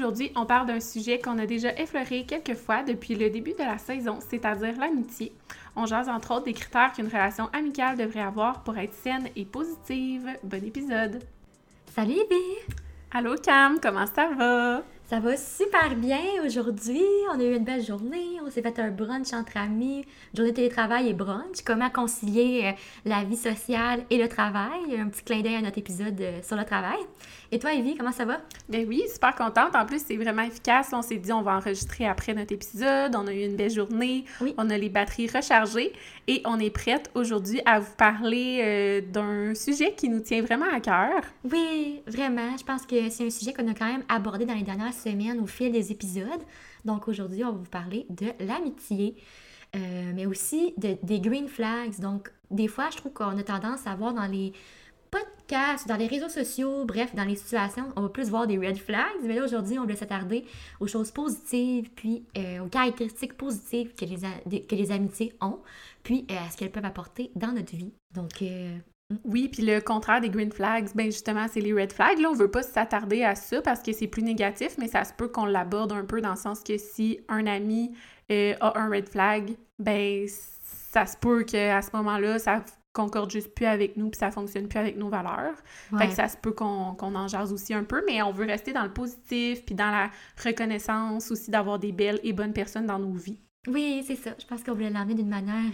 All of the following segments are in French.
Aujourd'hui, on parle d'un sujet qu'on a déjà effleuré quelques fois depuis le début de la saison, c'est-à-dire l'amitié. On jase entre autres des critères qu'une relation amicale devrait avoir pour être saine et positive. Bon épisode! Salut Ivy! Allô Cam, comment ça va? Ça va super bien aujourd'hui. On a eu une belle journée. On s'est fait un brunch entre amis. Journée de télétravail et brunch. Comment concilier la vie sociale et le travail. Un petit clin d'œil à notre épisode sur le travail. Et toi, Ivy, comment ça va? Ben oui, super contente. En plus, c'est vraiment efficace. On s'est dit, on va enregistrer après notre épisode. On a eu une belle journée. Oui. On a les batteries rechargées. Et on est prête aujourd'hui à vous parler d'un sujet qui nous tient vraiment à cœur. Oui, vraiment. Je pense que c'est un sujet qu'on a quand même abordé dans les dernières semaines au fil des épisodes. Donc aujourd'hui, on va vous parler de l'amitié, mais aussi des green flags. Donc des fois, je trouve qu'on a tendance à voir dans les podcasts, dans les réseaux sociaux, bref, dans les situations, on va plus voir des red flags. Mais là, aujourd'hui, on va s'attarder aux choses positives, puis aux caractéristiques positives que les amitiés ont, puis à ce qu'elles peuvent apporter dans notre vie. Donc... Oui, puis le contraire des green flags, ben justement, c'est les red flags. Là, on veut pas s'attarder à ça parce que c'est plus négatif, mais ça se peut qu'on l'aborde un peu dans le sens que si un ami a un red flag, ben ça se peut qu'à ce moment-là, ça concorde juste plus avec nous puis ça fonctionne plus avec nos valeurs. Ouais. Fait que ça se peut qu'on en jase aussi un peu, mais on veut rester dans le positif puis dans la reconnaissance aussi d'avoir des belles et bonnes personnes dans nos vies. Oui, c'est ça. Je pense qu'on voulait l'amener d'une manière...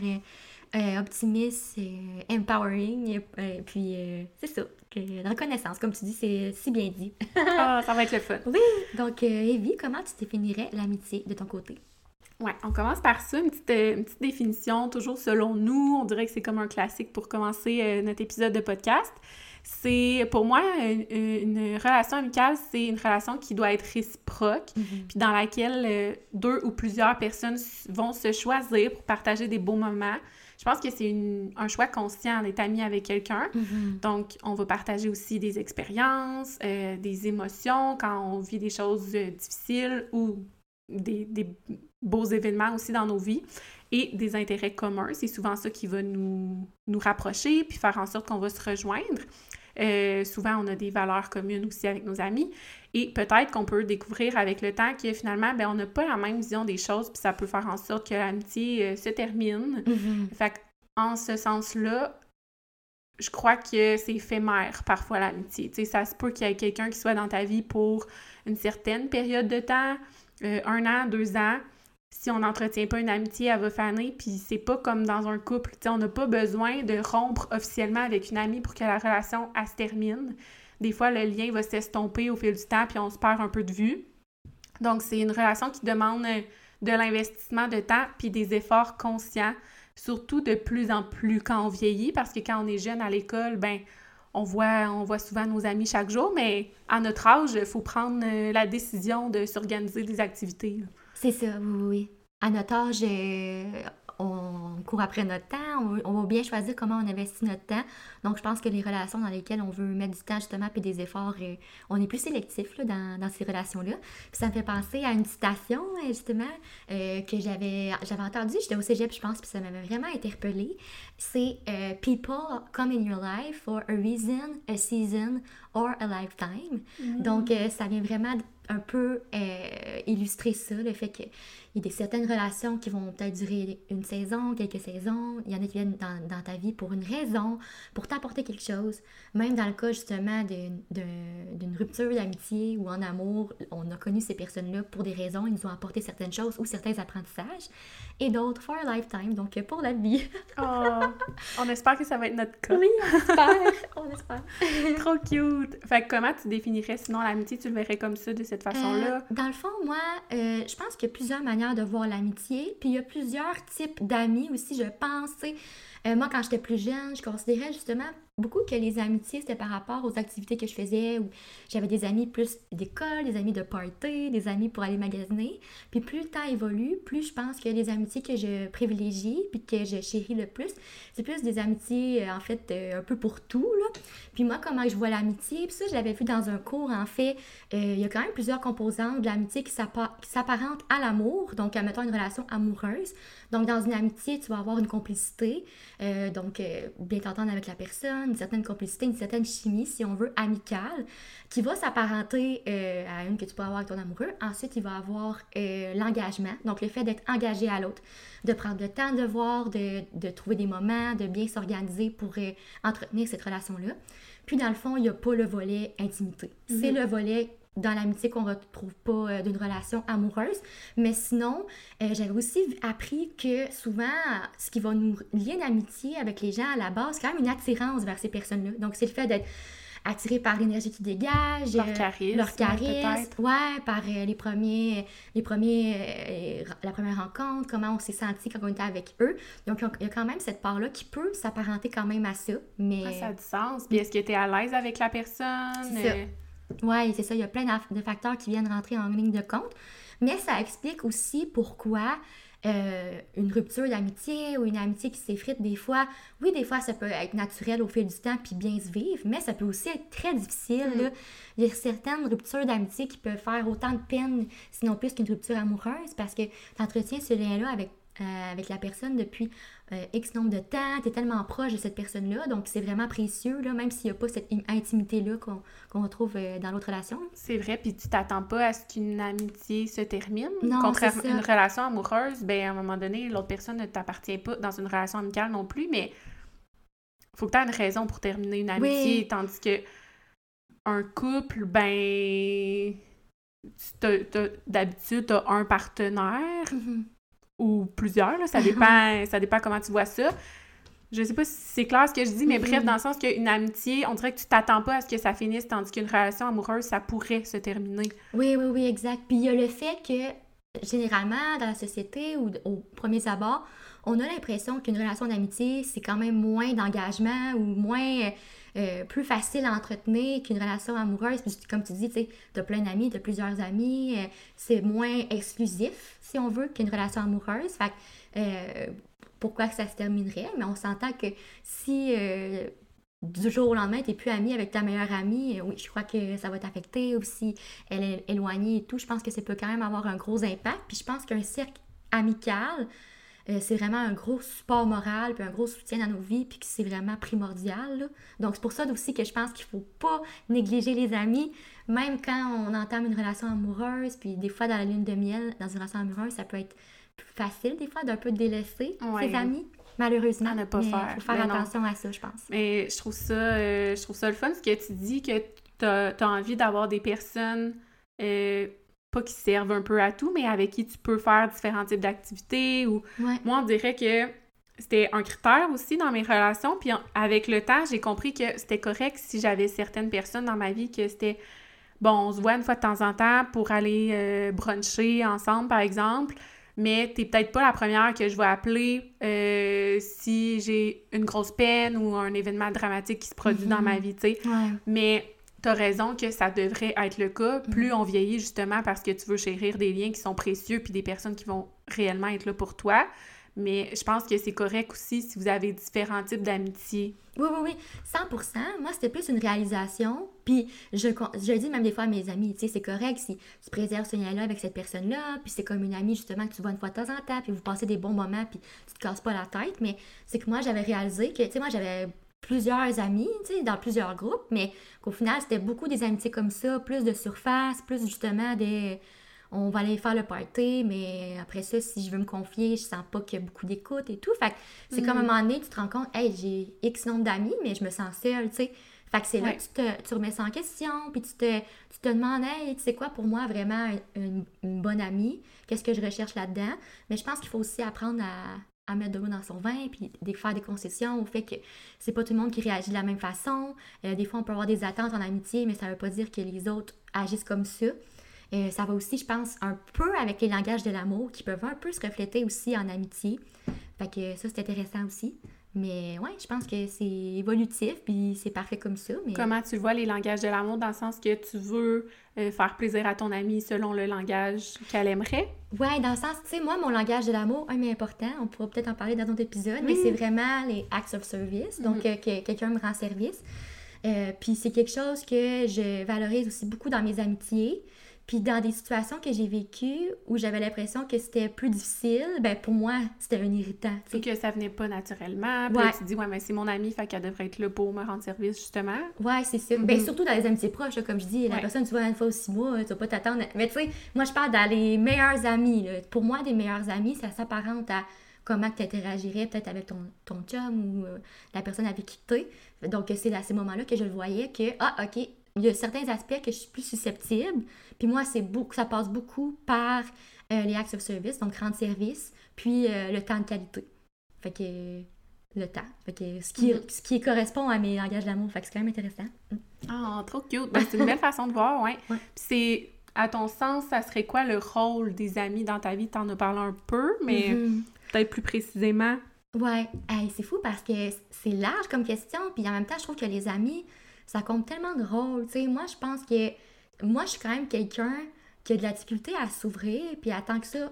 optimiste, empowering, puis c'est ça, la reconnaissance, comme tu dis, c'est si bien dit. Ah, ça va être le fun. Oui, donc Evie, comment tu définirais l'amitié de ton côté? Ouais, on commence par ça, une petite définition, toujours selon nous, on dirait que c'est comme un classique pour commencer notre épisode de podcast. C'est, pour moi, une relation amicale, c'est une relation qui doit être réciproque, puis dans laquelle deux ou plusieurs personnes vont se choisir pour partager des beaux moments. Je pense que c'est un choix conscient d'être ami avec quelqu'un. Donc, on va partager aussi des expériences, des émotions quand on vit des choses difficiles ou des beaux événements aussi dans nos vies et des intérêts communs. C'est souvent ça qui va nous rapprocher puis faire en sorte qu'on va se rejoindre. Souvent, on a des valeurs communes aussi avec nos amis et peut-être qu'on peut découvrir avec le temps que finalement, ben, on n'a pas la même vision des choses puis ça peut faire en sorte que l'amitié se termine. Fait qu'en ce sens-là, je crois que c'est éphémère parfois l'amitié. Tu sais, ça se peut qu'il y ait quelqu'un qui soit dans ta vie pour une certaine période de temps, 1 an, 2 ans. Si on n'entretient pas une amitié, elle va faner, puis c'est pas comme dans un couple. T'sais, on n'a pas besoin de rompre officiellement avec une amie pour que la relation, elle se termine. Des fois, le lien va s'estomper au fil du temps, puis on se perd un peu de vue. Donc, c'est une relation qui demande de l'investissement de temps, puis des efforts conscients, surtout de plus en plus quand on vieillit, parce que quand on est jeune à l'école, ben on voit souvent nos amis chaque jour, mais à notre âge, il faut prendre la décision de s'organiser des activités, là. C'est ça, oui. À notre âge, on court après notre temps, on va bien choisir comment on investit notre temps. Donc, je pense que les relations dans lesquelles on veut mettre du temps, justement, puis des efforts, on est plus sélectif là, dans ces relations-là. Puis ça me fait penser à une citation, justement, que j'avais entendue. J'étais au cégep, je pense, puis ça m'avait vraiment interpellée. C'est « People come in your life for a reason, a season, or a lifetime ». Donc, ça vient vraiment un peu illustrer ça, le fait qu'il y a certaines relations qui vont peut-être durer une saison, quelques saisons. Il y en a qui viennent dans ta vie pour une raison, pour t'apporter quelque chose. Même dans le cas, justement, d'une rupture d'amitié ou en amour, on a connu ces personnes-là pour des raisons. Ils nous ont apporté certaines choses ou certains apprentissages. Et d'autres, for a lifetime, donc pour la vie. Oh, on espère que ça va être notre cas. Oui, on espère. Trop cute! Fait que comment tu définirais sinon l'amitié? Tu le verrais comme ça, de cette façon-là? Dans le fond, moi, je pense qu'il y a plusieurs manières de voir l'amitié, puis il y a plusieurs types d'amis aussi, je pense. Moi, quand j'étais plus jeune, je considérais justement beaucoup que les amitiés, c'était par rapport aux activités que je faisais, où j'avais des amis plus d'école, des amis de party, des amis pour aller magasiner. Puis plus le temps évolue, plus je pense que les amitiés que je privilégie, puis que je chéris le plus, c'est plus des amitiés, en fait, un peu pour tout, là. Puis moi, comment je vois l'amitié, puis ça, je l'avais vu dans un cours, en fait, il y a quand même plusieurs composantes de l'amitié qui s'apparentent à l'amour, donc, mettons, une relation amoureuse. Donc, dans une amitié, tu vas avoir une complicité, bien t'entendre avec la personne, une certaine complicité, une certaine chimie, si on veut, amicale, qui va s'apparenter à une que tu peux avoir avec ton amoureux. Ensuite, il va avoir l'engagement, donc le fait d'être engagé à l'autre, de prendre le temps de voir, de trouver des moments, de bien s'organiser pour entretenir cette relation-là. Puis, dans le fond, il n'y a pas le volet intimité. C'est le volet dans l'amitié qu'on ne retrouve pas d'une relation amoureuse. Mais sinon, j'avais aussi appris que souvent, ce qui va nous lier d'amitié avec les gens à la base, c'est quand même une attirance vers ces personnes-là. Donc, c'est le fait d'être attiré par l'énergie qu'ils dégagent, leur charisme, peut-être. Ouais, par la première rencontre, comment on s'est senti quand on était avec eux. Donc, il y a quand même cette part-là qui peut s'apparenter quand même à ça. Mais... ça a du sens. Puis est-ce que tu es à l'aise avec la personne? C'est ça. Oui, c'est ça. Il y a plein de facteurs qui viennent rentrer en ligne de compte. Mais ça explique aussi pourquoi une rupture d'amitié ou une amitié qui s'effrite des fois, oui, des fois, ça peut être naturel au fil du temps puis bien se vivre, mais ça peut aussi être très difficile. Là. Il y a certaines ruptures d'amitié qui peuvent faire autant de peine, sinon plus qu'une rupture amoureuse, parce que tu entretiens ce lien-là avec la personne depuis X nombre de temps, tu es tellement proche de cette personne-là, donc c'est vraiment précieux, là, même s'il n'y a pas cette intimité-là qu'on retrouve dans l'autre relation. C'est vrai, puis tu t'attends pas à ce qu'une amitié se termine. Non, contrairement à une relation amoureuse, ben à un moment donné, l'autre personne ne t'appartient pas dans une relation amicale non plus, mais faut que tu aies une raison pour terminer une amitié, tandis que un couple, ben d'habitude, tu as un partenaire, ou plusieurs, là, ça dépend comment tu vois ça. Je sais pas si c'est clair ce que je dis, mais bref, dans le sens qu'une amitié, on dirait que tu t'attends pas à ce que ça finisse, tandis qu'une relation amoureuse, ça pourrait se terminer. Oui, exact. Puis il y a le fait que, généralement, dans la société ou au premier abord, on a l'impression qu'une relation d'amitié, c'est quand même moins d'engagement ou moins... plus facile à entretenir qu'une relation amoureuse. Puis, comme tu dis, tu as plein d'amis, tu as plusieurs amis. C'est moins exclusif, si on veut, qu'une relation amoureuse. Fait que, pourquoi que ça se terminerait? Mais on s'entend que si du jour au lendemain, tu n'es plus amie avec ta meilleure amie, oui, je crois que ça va t'affecter. Ou si elle est éloignée et tout, je pense que ça peut quand même avoir un gros impact. Puis je pense qu'un cercle amical, c'est vraiment un gros support moral puis un gros soutien dans nos vies puis que c'est vraiment primordial, là. Donc, c'est pour ça aussi que je pense qu'il faut pas négliger les amis, même quand on entame une relation amoureuse, puis des fois, dans la lune de miel, dans une relation amoureuse, ça peut être plus facile, des fois, d'un peu délaisser ses amis, malheureusement. À ne pas faire. Il faut faire attention à ça, je pense. Mais je trouve ça le fun, ce que tu dis, que t'as envie d'avoir des personnes... pas qui servent un peu à tout, mais avec qui tu peux faire différents types d'activités. Ou moi, on dirait que c'était un critère aussi dans mes relations. Puis avec le temps, j'ai compris que c'était correct si j'avais certaines personnes dans ma vie que c'était... Bon, on se voit une fois de temps en temps pour aller bruncher ensemble, par exemple, mais t'es peut-être pas la première que je vais appeler si j'ai une grosse peine ou un événement dramatique qui se produit dans ma vie, tu sais. Mais... T'as raison que ça devrait être le cas. Plus on vieillit, justement, parce que tu veux chérir des liens qui sont précieux puis des personnes qui vont réellement être là pour toi. Mais je pense que c'est correct aussi si vous avez différents types d'amitié. Oui, 100%. Moi, c'était plus une réalisation. Puis, je dis même des fois à mes amis, tu sais, c'est correct si tu préserves ce lien-là avec cette personne-là. Puis, c'est comme une amie, justement, que tu vois une fois de temps en temps. Puis, vous passez des bons moments. Puis, tu te casses pas la tête. Mais c'est que moi, j'avais réalisé que, tu sais, moi, j'avais... plusieurs amis, tu sais, dans plusieurs groupes, mais qu'au final, c'était beaucoup des amitiés comme ça, plus de surface, plus justement on va aller faire le party, mais après ça, si je veux me confier, je sens pas qu'il y a beaucoup d'écoute et tout. Fait que c'est comme à un moment donné, tu te rends compte, hey, j'ai X nombre d'amis, mais je me sens seule, tu sais. Fait que c'est là que tu remets ça en question, puis tu te demandes, hey, tu sais quoi, pour moi, vraiment, une bonne amie, qu'est-ce que je recherche là-dedans? Mais je pense qu'il faut aussi apprendre à mettre de l'eau dans son vin, puis faire des concessions au fait que c'est pas tout le monde qui réagit de la même façon. Des fois, on peut avoir des attentes en amitié, mais ça veut pas dire que les autres agissent comme ça. Ça va aussi, je pense, un peu avec les langages de l'amour qui peuvent un peu se refléter aussi en amitié. Fait que ça, c'est intéressant aussi. Mais ouais, je pense que c'est évolutif, puis c'est parfait comme ça. Mais... Comment tu vois les langages de l'amour dans le sens que tu veux faire plaisir à ton amie selon le langage qu'elle aimerait? Ouais, dans le sens, tu sais, moi, mon langage de l'amour, mais important, on pourra peut-être en parler dans d'autres épisodes, mais c'est vraiment les acts of service, donc que quelqu'un me rend service. Puis c'est quelque chose que je valorise aussi beaucoup dans mes amitiés. Puis dans des situations que j'ai vécues où j'avais l'impression que c'était plus difficile, ben pour moi, c'était un irritant. Ou que ça venait pas naturellement. Puis là, tu te dis, ouais, mais c'est mon amie, fait qu'elle devrait être là pour me rendre service, justement. Ouais, c'est ça. Ben surtout dans les amitiés proches, là, comme je dis, la personne, tu vois une fois au 6 mois, tu vas pas t'attendre. Mais tu sais, moi, je parle dans les meilleurs amis. Là. Pour moi, des meilleurs amis, ça s'apparente à comment tu interagirais peut-être avec ton chum ou la personne avec qui tu es. Donc, c'est à ces moments-là que je le voyais que, OK, il y a certains aspects que je suis plus susceptible. Puis moi, ça passe beaucoup par les acts of service, donc rendre service, puis le temps de qualité. Fait que le temps. Fait que ce qui correspond à mes langages d'amour. Fait que c'est quand même intéressant. Ah, trop cute. Ben, c'est une belle façon de voir, ouais. Puis c'est, à ton sens, ça serait quoi le rôle des amis dans ta vie? T'en as parlé un peu, mais peut-être plus précisément. Ouais. Hey, c'est fou parce que c'est large comme question, puis en même temps, je trouve que les amis, ça compte tellement de rôles. Tu sais, moi, je pense que moi, je suis quand même quelqu'un qui a de la difficulté à s'ouvrir, puis à tant que ça,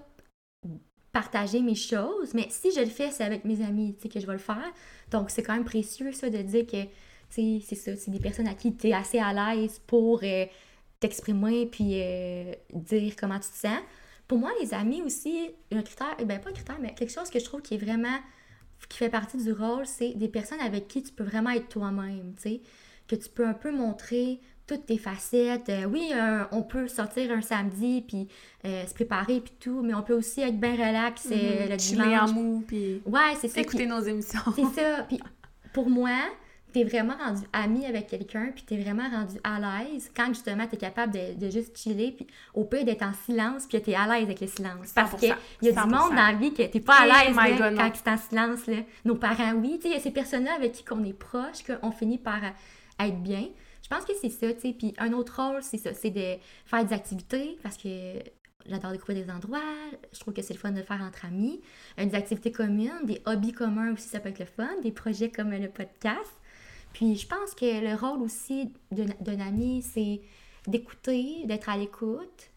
partager mes choses. Mais si je le fais, c'est avec mes amis, tu sais, que je vais le faire. Donc, c'est quand même précieux, ça, de dire que, tu sais, c'est ça, c'est des personnes à qui tu es assez à l'aise pour t'exprimer, puis dire comment tu te sens. Pour moi, les amis aussi, un critère, ben pas un critère, mais quelque chose que je trouve qui est vraiment, qui fait partie du rôle, c'est des personnes avec qui tu peux vraiment être toi-même, tu sais, que tu peux un peu montrer toutes tes facettes. Oui, on peut sortir un samedi, puis se préparer, puis tout, mais on peut aussi être bien relax le Chiller dimanche. en mou, puis Ouais, c'est ça. écouter nos émissions. C'est ça. Puis pour moi, t'es vraiment rendu ami avec quelqu'un, puis t'es vraiment rendu à l'aise quand justement t'es capable de juste chiller, puis au pire d'être en silence, puis t'es à l'aise avec le silence. Parce qu'il y a du monde dans la vie que t'es pas à l'aise là, quand t'es en silence. Là. Nos parents, oui. Tu sais, il y a ces personnes-là avec qui on est proche, qu'on finit par être bien. Je pense que c'est ça, tu sais. Puis un autre rôle, c'est ça, c'est de faire des activités, parce que j'adore découvrir des endroits, je trouve que c'est le fun de le faire entre amis. Des activités communes, des hobbies communs aussi, ça peut être le fun, des projets comme le podcast. Puis je pense que le rôle aussi d'un ami, c'est d'écouter, d'être à l'écoute,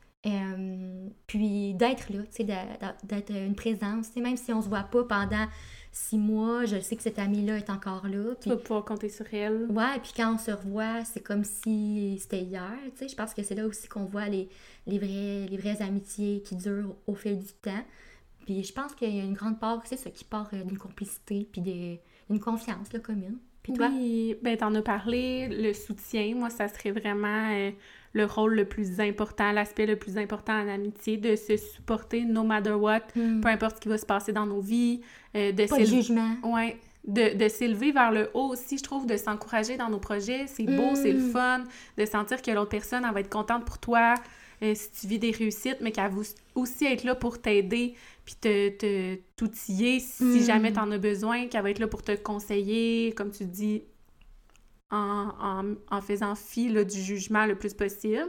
puis d'être là, tu sais, d'être une présence. Tu sais, même si on se voit pas pendant 6 mois, je sais que cette amie-là est encore là. Tu vas pouvoir compter sur elle. Ouais, puis quand on se revoit, c'est comme si c'était hier, tu sais. Je pense que c'est là aussi qu'on voit les vraies amitiés qui durent au fil du temps. Puis je pense qu'il y a une grande part, c'est ça, qui part d'une complicité, puis d'une confiance là, commune. Puis toi? Oui, ben t'en as parlé, le soutien, moi, ça serait vraiment le rôle le plus important, l'aspect le plus important en amitié, de se supporter no matter what, peu importe ce qui va se passer dans nos vies. Pas de jugement. Ouais, de s'élever vers le haut aussi, je trouve, de s'encourager dans nos projets, c'est beau, c'est le fun, de sentir que l'autre personne, elle va être contente pour toi, si tu vis des réussites, mais qu'elle va aussi être là pour t'aider, puis t'outiller si jamais t'en as besoin, qu'elle va être là pour te conseiller, comme tu dis, en faisant fi là, du jugement le plus possible.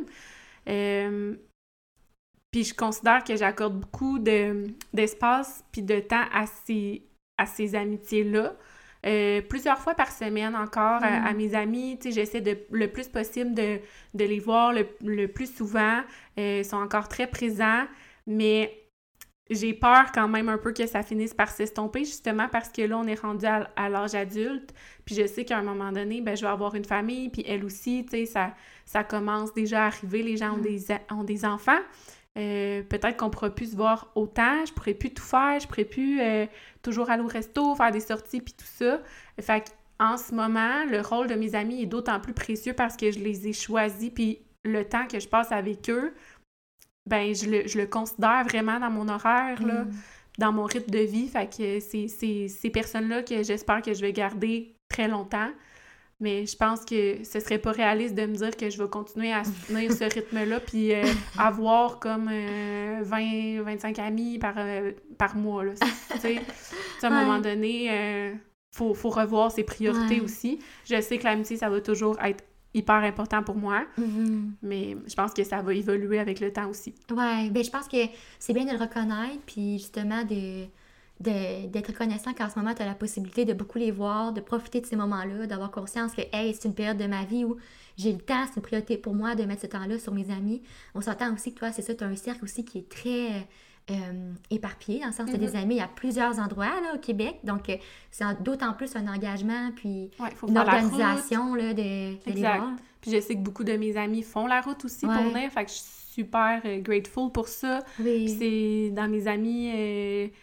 Puis je considère que j'accorde beaucoup d'espace puis de temps à ces amitiés-là. Plusieurs fois par semaine encore à mes amis, tu sais, j'essaie le plus possible de les voir le plus souvent. Ils sont encore très présents, mais j'ai peur quand même un peu que ça finisse par s'estomper, justement parce que là, on est rendu à l'âge adulte, puis je sais qu'à un moment donné, ben je vais avoir une famille, puis elle aussi, tu sais, ça commence déjà à arriver, les gens ont des enfants. Peut-être qu'on ne pourra plus se voir autant, je pourrais plus tout faire, je pourrais plus toujours aller au resto, faire des sorties puis tout ça. Fait qu'en ce moment, le rôle de mes amis est d'autant plus précieux parce que je les ai choisis puis le temps que je passe avec eux, ben je le considère vraiment dans mon horaire, là, dans mon rythme de vie. Fait que c'est ces personnes-là que j'espère que je vais garder très longtemps. Mais je pense que ce serait pas réaliste de me dire que je vais continuer à soutenir ce rythme-là puis avoir comme 20-25 amis par mois, là. Tu sais, à un moment donné, faut revoir ses priorités aussi. Je sais que l'amitié, ça va toujours être hyper important pour moi, mais je pense que ça va évoluer avec le temps aussi. Ouais, ben je pense que c'est bien de le reconnaître, puis justement d'être reconnaissant qu'en ce moment, tu as la possibilité de beaucoup les voir, de profiter de ces moments-là, d'avoir conscience que, hey, c'est une période de ma vie où j'ai le temps, c'est une priorité pour moi de mettre ce temps-là sur mes amis. On s'entend aussi que toi, c'est ça, tu as un cercle aussi qui est très éparpillés, dans le sens que des amis à plusieurs endroits là, au Québec. Donc, c'est d'autant plus un engagement, puis faut une faire la organisation là, de les exact. voir. Puis je sais que beaucoup de mes amis font la route aussi pour venir, fait que je suis super grateful pour ça. Oui. Puis c'est dans mes amis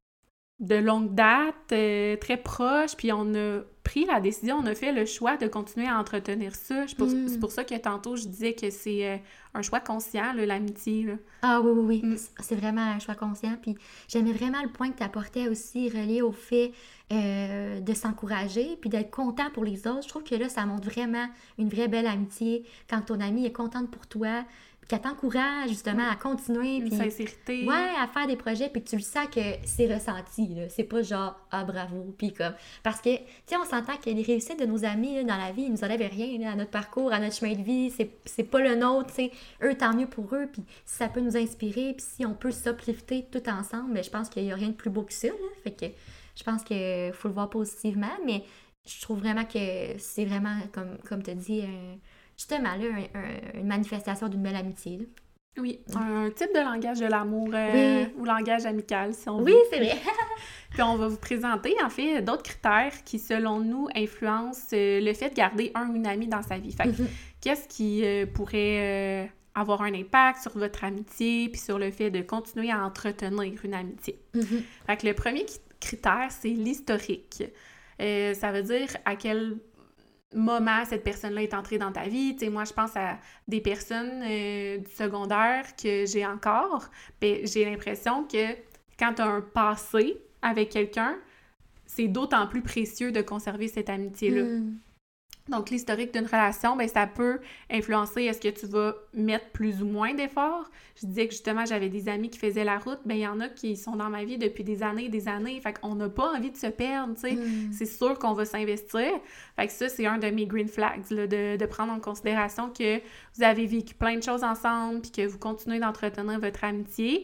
de longue date, très proches, puis on a pris la décision, on a fait le choix de continuer à entretenir ça. C'est pour ça que tantôt je disais que c'est un choix conscient, là, l'amitié. Là. Ah oui. C'est vraiment un choix conscient. Puis j'aimais vraiment le point que tu apportais aussi relié au fait de s'encourager puis d'être content pour les autres. Je trouve que là, ça montre vraiment une vraie belle amitié quand ton ami est contente pour toi, qu'elle t'encourage justement à continuer. Une puis sincérité. Ouais, à faire des projets, puis que tu le sens que c'est ressenti, là. C'est pas genre « Ah, bravo », puis comme... Parce que, tu sais, on s'entend que les réussites de nos amis là, dans la vie, ils nous enlèvent rien là, à notre parcours, à notre chemin de vie, c'est pas le nôtre, tu sais. Eux, tant mieux pour eux, puis si ça peut nous inspirer, puis si on peut s'uplifter tout ensemble, mais je pense qu'il y a rien de plus beau que ça, là. Fait que je pense qu'il faut le voir positivement, mais je trouve vraiment que c'est vraiment, comme tu as dit, justement, là, une manifestation d'une belle amitié, là. Oui, un type de langage de l'amour ou langage amical, si on veut. Oui, c'est vrai. Puis on va vous présenter, en fait, d'autres critères qui, selon nous, influencent le fait de garder un ou une amie dans sa vie. Fait que, qu'est-ce qui pourrait avoir un impact sur votre amitié puis sur le fait de continuer à entretenir une amitié? Fait que le premier critère, c'est l'historique. Ça veut dire à quel moment cette personne-là est entrée dans ta vie. Tu sais, moi, je pense à des personnes du secondaire que j'ai encore. Bien, j'ai l'impression que quand tu as un passé avec quelqu'un, c'est d'autant plus précieux de conserver cette amitié-là. Donc, l'historique d'une relation, bien, ça peut influencer est-ce que tu vas mettre plus ou moins d'efforts. Je disais que justement, j'avais des amis qui faisaient la route. Bien, il y en a qui sont dans ma vie depuis des années et des années. Fait qu'on n'a pas envie de se perdre, tu sais. C'est sûr qu'on va s'investir. Fait que ça, c'est un de mes green flags, là, de prendre en considération que vous avez vécu plein de choses ensemble puis que vous continuez d'entretenir votre amitié.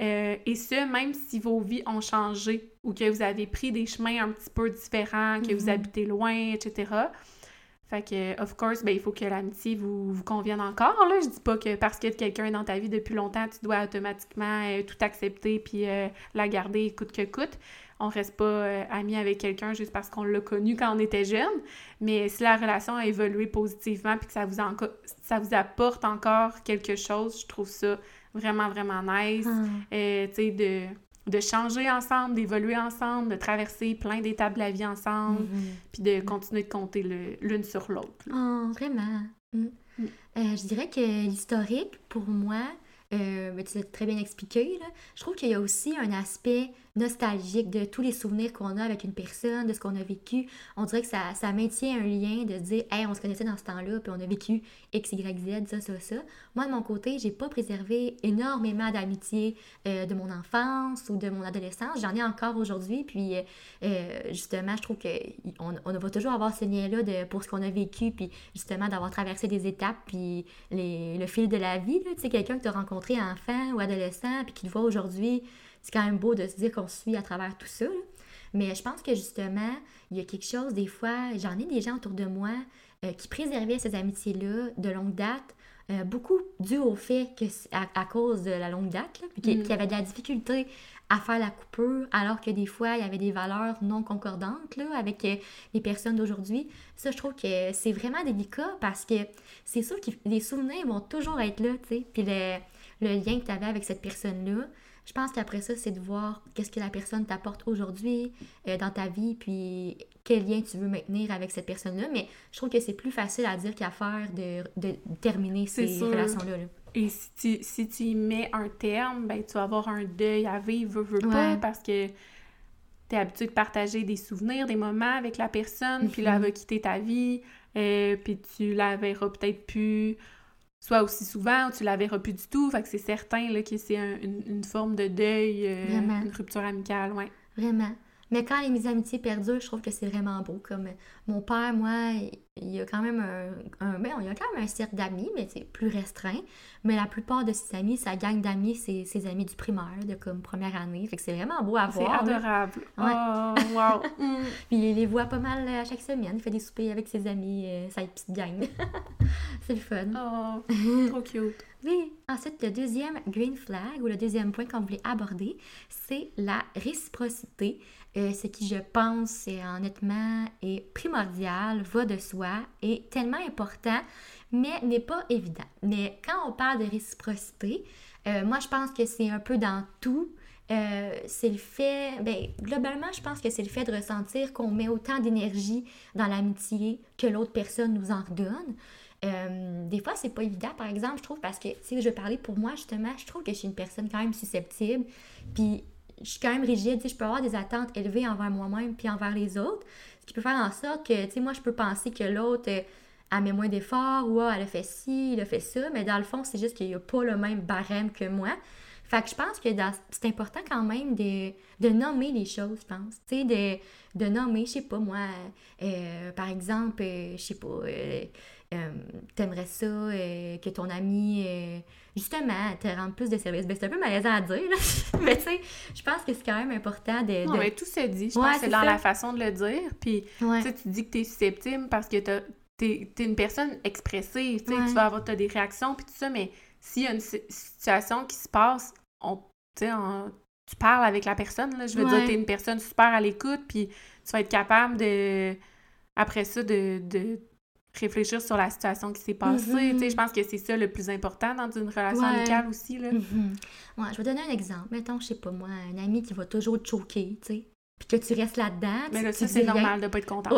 Et ce, même si vos vies ont changé ou que vous avez pris des chemins un petit peu différents, que vous habitez loin, etc. Fait que, of course, ben, il faut que l'amitié vous convienne encore, là. Je dis pas que parce que quelqu'un est dans ta vie depuis longtemps, tu dois automatiquement tout accepter puis la garder coûte que coûte. On reste pas amis avec quelqu'un juste parce qu'on l'a connu quand on était jeune. Mais si la relation a évolué positivement puis que ça vous apporte encore quelque chose, je trouve ça vraiment, vraiment nice. Tu sais, de changer ensemble, d'évoluer ensemble, de traverser plein d'étapes de la vie ensemble, puis de continuer de compter l'une sur l'autre. Oh, vraiment. Je dirais que l'historique, pour moi, mais tu l'as très bien expliqué, là, je trouve qu'il y a aussi un aspect nostalgique de tous les souvenirs qu'on a avec une personne, de ce qu'on a vécu. On dirait que ça maintient un lien de se dire « Hey, on se connaissait dans ce temps-là, puis on a vécu X, Y, Z, ça. » Moi, de mon côté, j'ai pas préservé énormément d'amitié de mon enfance ou de mon adolescence. J'en ai encore aujourd'hui, puis justement, je trouve qu'on va toujours avoir ce lien-là pour ce qu'on a vécu, puis justement, d'avoir traversé des étapes, puis le fil de la vie, là, tu sais, quelqu'un que tu as rencontré enfant ou adolescent, puis qui te voit aujourd'hui, c'est quand même beau de se dire qu'on se suit à travers tout ça, là. Mais je pense que justement, il y a quelque chose, des fois, j'en ai des gens autour de moi qui préservaient ces amitiés-là de longue date, beaucoup dû au fait que, à cause de la longue date, là, puis qu'il y avait de la difficulté à faire la coupure, alors que des fois, il y avait des valeurs non concordantes là, avec les personnes d'aujourd'hui. Ça, je trouve que c'est vraiment délicat parce que c'est sûr que les souvenirs vont toujours être là, tu sais, puis le lien que tu avais avec cette personne-là. Je pense qu'après ça, c'est de voir qu'est-ce que la personne t'apporte aujourd'hui dans ta vie, puis quel lien tu veux maintenir avec cette personne-là. Mais je trouve que c'est plus facile à dire qu'à faire de terminer ces relations-là. Là. Et si tu y mets un terme, ben tu vas avoir un deuil à vivre, veux pas, parce que t'es habitué de partager des souvenirs, des moments avec la personne, puis là, elle va quitter ta vie, puis tu la verras peut-être plus... soit aussi souvent ou tu la verras plus du tout. Fait que c'est certain là, que c'est une forme de deuil, une rupture amicale, ouais. Vraiment. Mais quand les amitiés perdurent, je trouve que c'est vraiment beau. Comme mon père, moi, il y a quand même il y a quand même un cercle d'amis, mais c'est plus restreint. Mais la plupart de ses amis, sa gang d'amis, c'est ses amis du primaire, de comme première année. Fait que c'est vraiment beau à voir. C'est adorable. Ouais. Oh, wow. Puis il les voit pas mal à chaque semaine. Il fait des soupers avec ses amis, sa petite gang. C'est le fun. Oh, trop cute. Oui. Ensuite, le deuxième green flag, ou le deuxième point qu'on voulait aborder, c'est la réciprocité. Ce qui, je pense, honnêtement, est primordial, va de soi, est tellement important, mais n'est pas évident. Mais quand on parle de réciprocité, moi, je pense que c'est un peu dans tout. C'est le fait, globalement, je pense que c'est le fait de ressentir qu'on met autant d'énergie dans l'amitié que l'autre personne nous en redonne. Des fois, c'est pas évident, par exemple, je trouve, parce que, je vais parler pour moi, justement, je trouve que je suis une personne quand même susceptible, puis je suis quand même rigide, je peux avoir des attentes élevées envers moi-même puis envers les autres, ce qui peut faire en sorte que, moi, je peux penser que l'autre, elle met moins d'efforts, ou elle a fait ci, il a fait ça, mais dans le fond, c'est juste qu'il n'y a pas le même barème que moi. Fait que je pense que c'est important quand même de nommer les choses, je pense. Tu sais, de nommer, je sais pas, moi, par exemple, je sais pas, t'aimerais ça que ton ami, justement, te rende plus de service. C'est un peu malaisant à dire, là. Mais tu sais, je pense que c'est quand même important de... Non, mais tout se dit. Je pense que c'est dans la façon de le dire. Puis, tu dis que t'es susceptible parce que t'es une personne expressive. Tu vas avoir des réactions puis tout ça, mais s'il y a une situation qui se passe, tu parles avec la personne, là. Je veux dire, t'es une personne super à l'écoute, puis tu vas être capable après ça, de réfléchir sur la situation qui s'est passée. Je pense que c'est ça le plus important dans une relation amicale aussi, là. Je vais donner un exemple. Mettons, je sais pas moi, un ami qui va toujours te choquer, tu sais, puis que tu restes là-dedans. Mais là, ça, c'est normal de pas être content.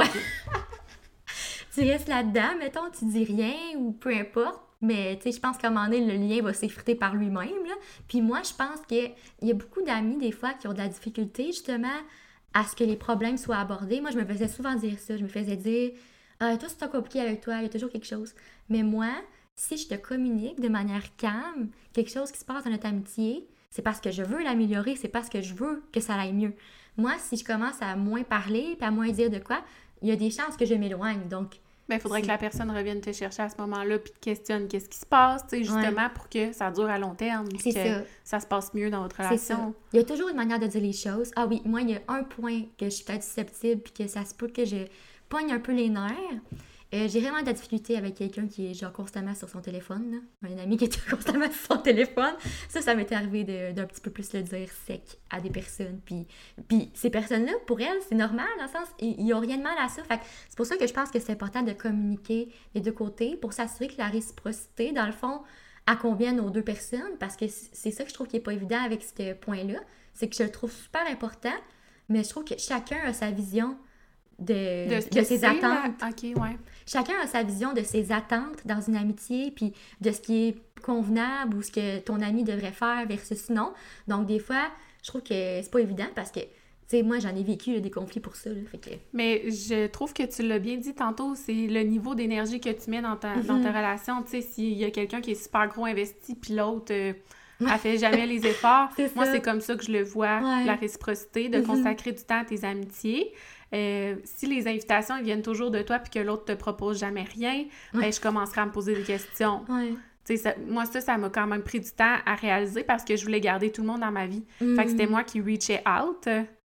Tu restes là-dedans, mettons, tu dis rien ou peu importe. Mais, je pense qu'à un moment donné, le lien va s'effriter par lui-même, là. Puis moi, je pense qu'il y a beaucoup d'amis, des fois, qui ont de la difficulté, justement, à ce que les problèmes soient abordés. Moi, je me faisais souvent dire ça. Je me faisais dire « toi, c'est pas compliqué avec toi, il y a toujours quelque chose. » Mais moi, si je te communique de manière calme quelque chose qui se passe dans notre amitié, c'est parce que je veux l'améliorer, c'est parce que je veux que ça aille mieux. Moi, si je commence à moins parler puis à moins dire de quoi, il y a des chances que je m'éloigne, donc... il faudrait que la personne revienne te chercher à ce moment-là puis te questionne qu'est-ce qui se passe, justement, pour que ça dure à long terme, c'est que ça se passe mieux dans votre relation. Il y a toujours une manière de dire les choses. Ah oui, moi, il y a un point que je suis peut-être susceptible puis que ça se peut que je pogne un peu les nerfs. J'ai vraiment de la difficulté avec quelqu'un qui est genre constamment sur son téléphone, là. Un ami qui est constamment sur son téléphone. Ça m'est arrivé d'un petit peu plus le dire sec à des personnes. Puis ces personnes-là, pour elles, c'est normal, dans le sens, ils n'ont rien de mal à ça. Fait que c'est pour ça que je pense que c'est important de communiquer des deux côtés pour s'assurer que la réciprocité, dans le fond, elle convienne aux deux personnes. Parce que c'est ça que je trouve qui n'est pas évident avec ce point-là. C'est que je le trouve super important, mais je trouve que chacun a sa vision de ses attentes. Chacun a sa vision de ses attentes dans une amitié, puis de ce qui est convenable ou ce que ton ami devrait faire versus non. Donc, des fois, je trouve que c'est pas évident parce que, tu sais, moi, j'en ai vécu des conflits pour ça. Là, fait que... Mais je trouve que tu l'as bien dit tantôt, c'est le niveau d'énergie que tu mets dans ta relation. Tu sais, s'il y a quelqu'un qui est super gros investi, puis l'autre... elle fait jamais les efforts. Moi, c'est comme ça que je le vois, la réciprocité, de consacrer du temps à tes amitiés. Si les invitations elles viennent toujours de toi puis que l'autre te propose jamais rien, je commencerai à me poser des questions. Moi, ça m'a quand même pris du temps à réaliser parce que je voulais garder tout le monde dans ma vie. Fait que c'était moi qui reachais out.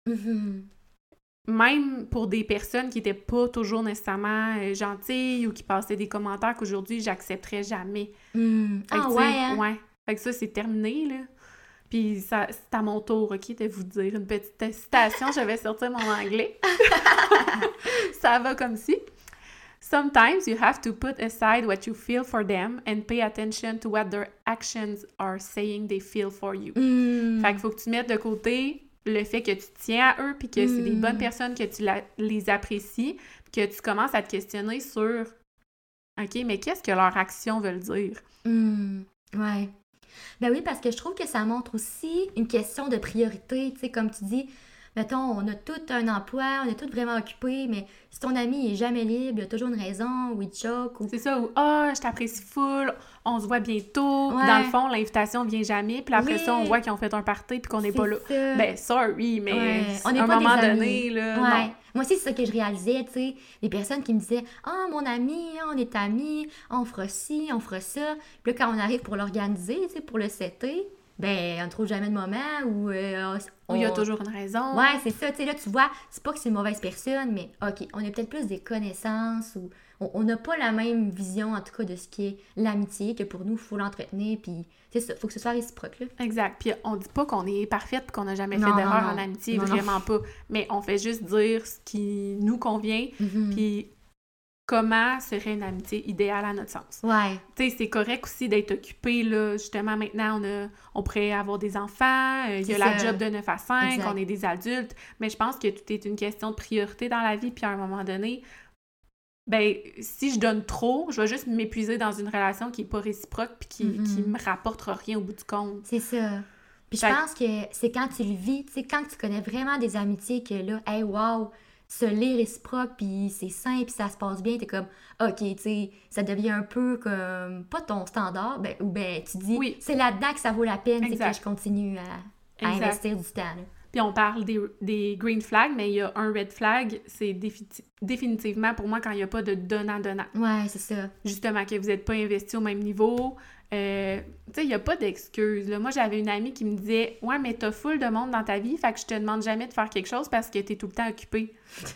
Même pour des personnes qui étaient pas toujours nécessairement gentilles ou qui passaient des commentaires qu'aujourd'hui, j'accepterais jamais. Fait que ça, c'est terminé, là. Puis c'est à mon tour, OK, de vous dire une petite citation. Je vais sortir mon anglais. Ça va comme ci. Sometimes you have to put aside what you feel for them and pay attention to what their actions are saying they feel for you. Fait qu'il faut que tu mettes de côté le fait que tu tiens à eux puis que c'est des bonnes personnes, que tu les apprécies, que tu commences à te questionner sur OK, mais qu'est-ce que leurs actions veulent dire? Ouais. Ben oui, parce que je trouve que ça montre aussi une question de priorité. Tu sais, comme tu dis, mettons, on a tout un emploi, on est tous vraiment occupés, mais si ton ami est jamais libre, il y a toujours une raison, ou il te choque, ou... C'est ça, ou « Ah, je t'apprécie full, on se voit bientôt. » Ouais. Dans le fond, l'invitation vient jamais, puis après Oui. ça, on voit qu'ils ont fait un party puis qu'on n'est C'est pas là. ça. Ben, sorry, mais Ouais. On à n'est un pas moment des donné, amis. là, Ouais. non. Moi aussi, c'est ça que je réalisais, tu sais. Les personnes qui me disaient « Ah, mon ami, on est amis, on fera ci, on fera ça. » Puis là, quand on arrive pour l'organiser, tu sais, pour le setter, ben, on ne trouve jamais de moment où... Où il y a toujours une raison. Ouais, c'est ça. Tu sais, là, tu vois, c'est pas que c'est une mauvaise personne, mais OK, on a peut-être plus des connaissances ou on n'a pas la même vision, en tout cas, de ce qui est l'amitié, que pour nous, il faut l'entretenir, puis c'est ça, faut que ce soit réciproque, là. Exact. Puis on dit pas qu'on est parfaite puis qu'on n'a jamais fait Non, d'erreur non, en non. amitié, Non, non. vraiment pas. Mais on fait juste dire ce qui nous convient, Mhm. puis comment serait une amitié idéale à notre sens. Ouais, Tu sais, c'est correct aussi d'être occupé, là. Justement, maintenant, on pourrait avoir des enfants, il y a C'est la ça. job de 9 à 5, Exact. on est des adultes, mais je pense que tout est une question de priorité dans la vie, puis à un moment donné, ben, si je donne trop, je vais juste m'épuiser dans une relation qui n'est pas réciproque puis qui me rapportera rien au bout du compte. c'est ça. Puis je Fait que- pense que c'est quand tu le vis, tu sais, quand tu connais vraiment des amitiés que là, hey, wow, ce l'est réciproque, puis c'est sain, puis ça se passe bien, t'es comme, OK, tu sais, ça devient un peu comme, pas ton standard, ben, ou ben, tu dis, Oui. c'est là-dedans que ça vaut la peine, c'est que Exact. je continue à Exact. investir du temps, là. Puis on parle des green flags, mais il y a un red flag, c'est définitivement pour moi quand il n'y a pas de donnant-donnant. Ouais, c'est ça. Justement, que vous n'êtes pas investi au même niveau. Tu sais, il n'y a pas d'excuses. Là. Moi, j'avais une amie qui me disait « Ouais, mais t'as full de monde dans ta vie, fait que je te demande jamais de faire quelque chose parce que t'es tout le temps occupé. »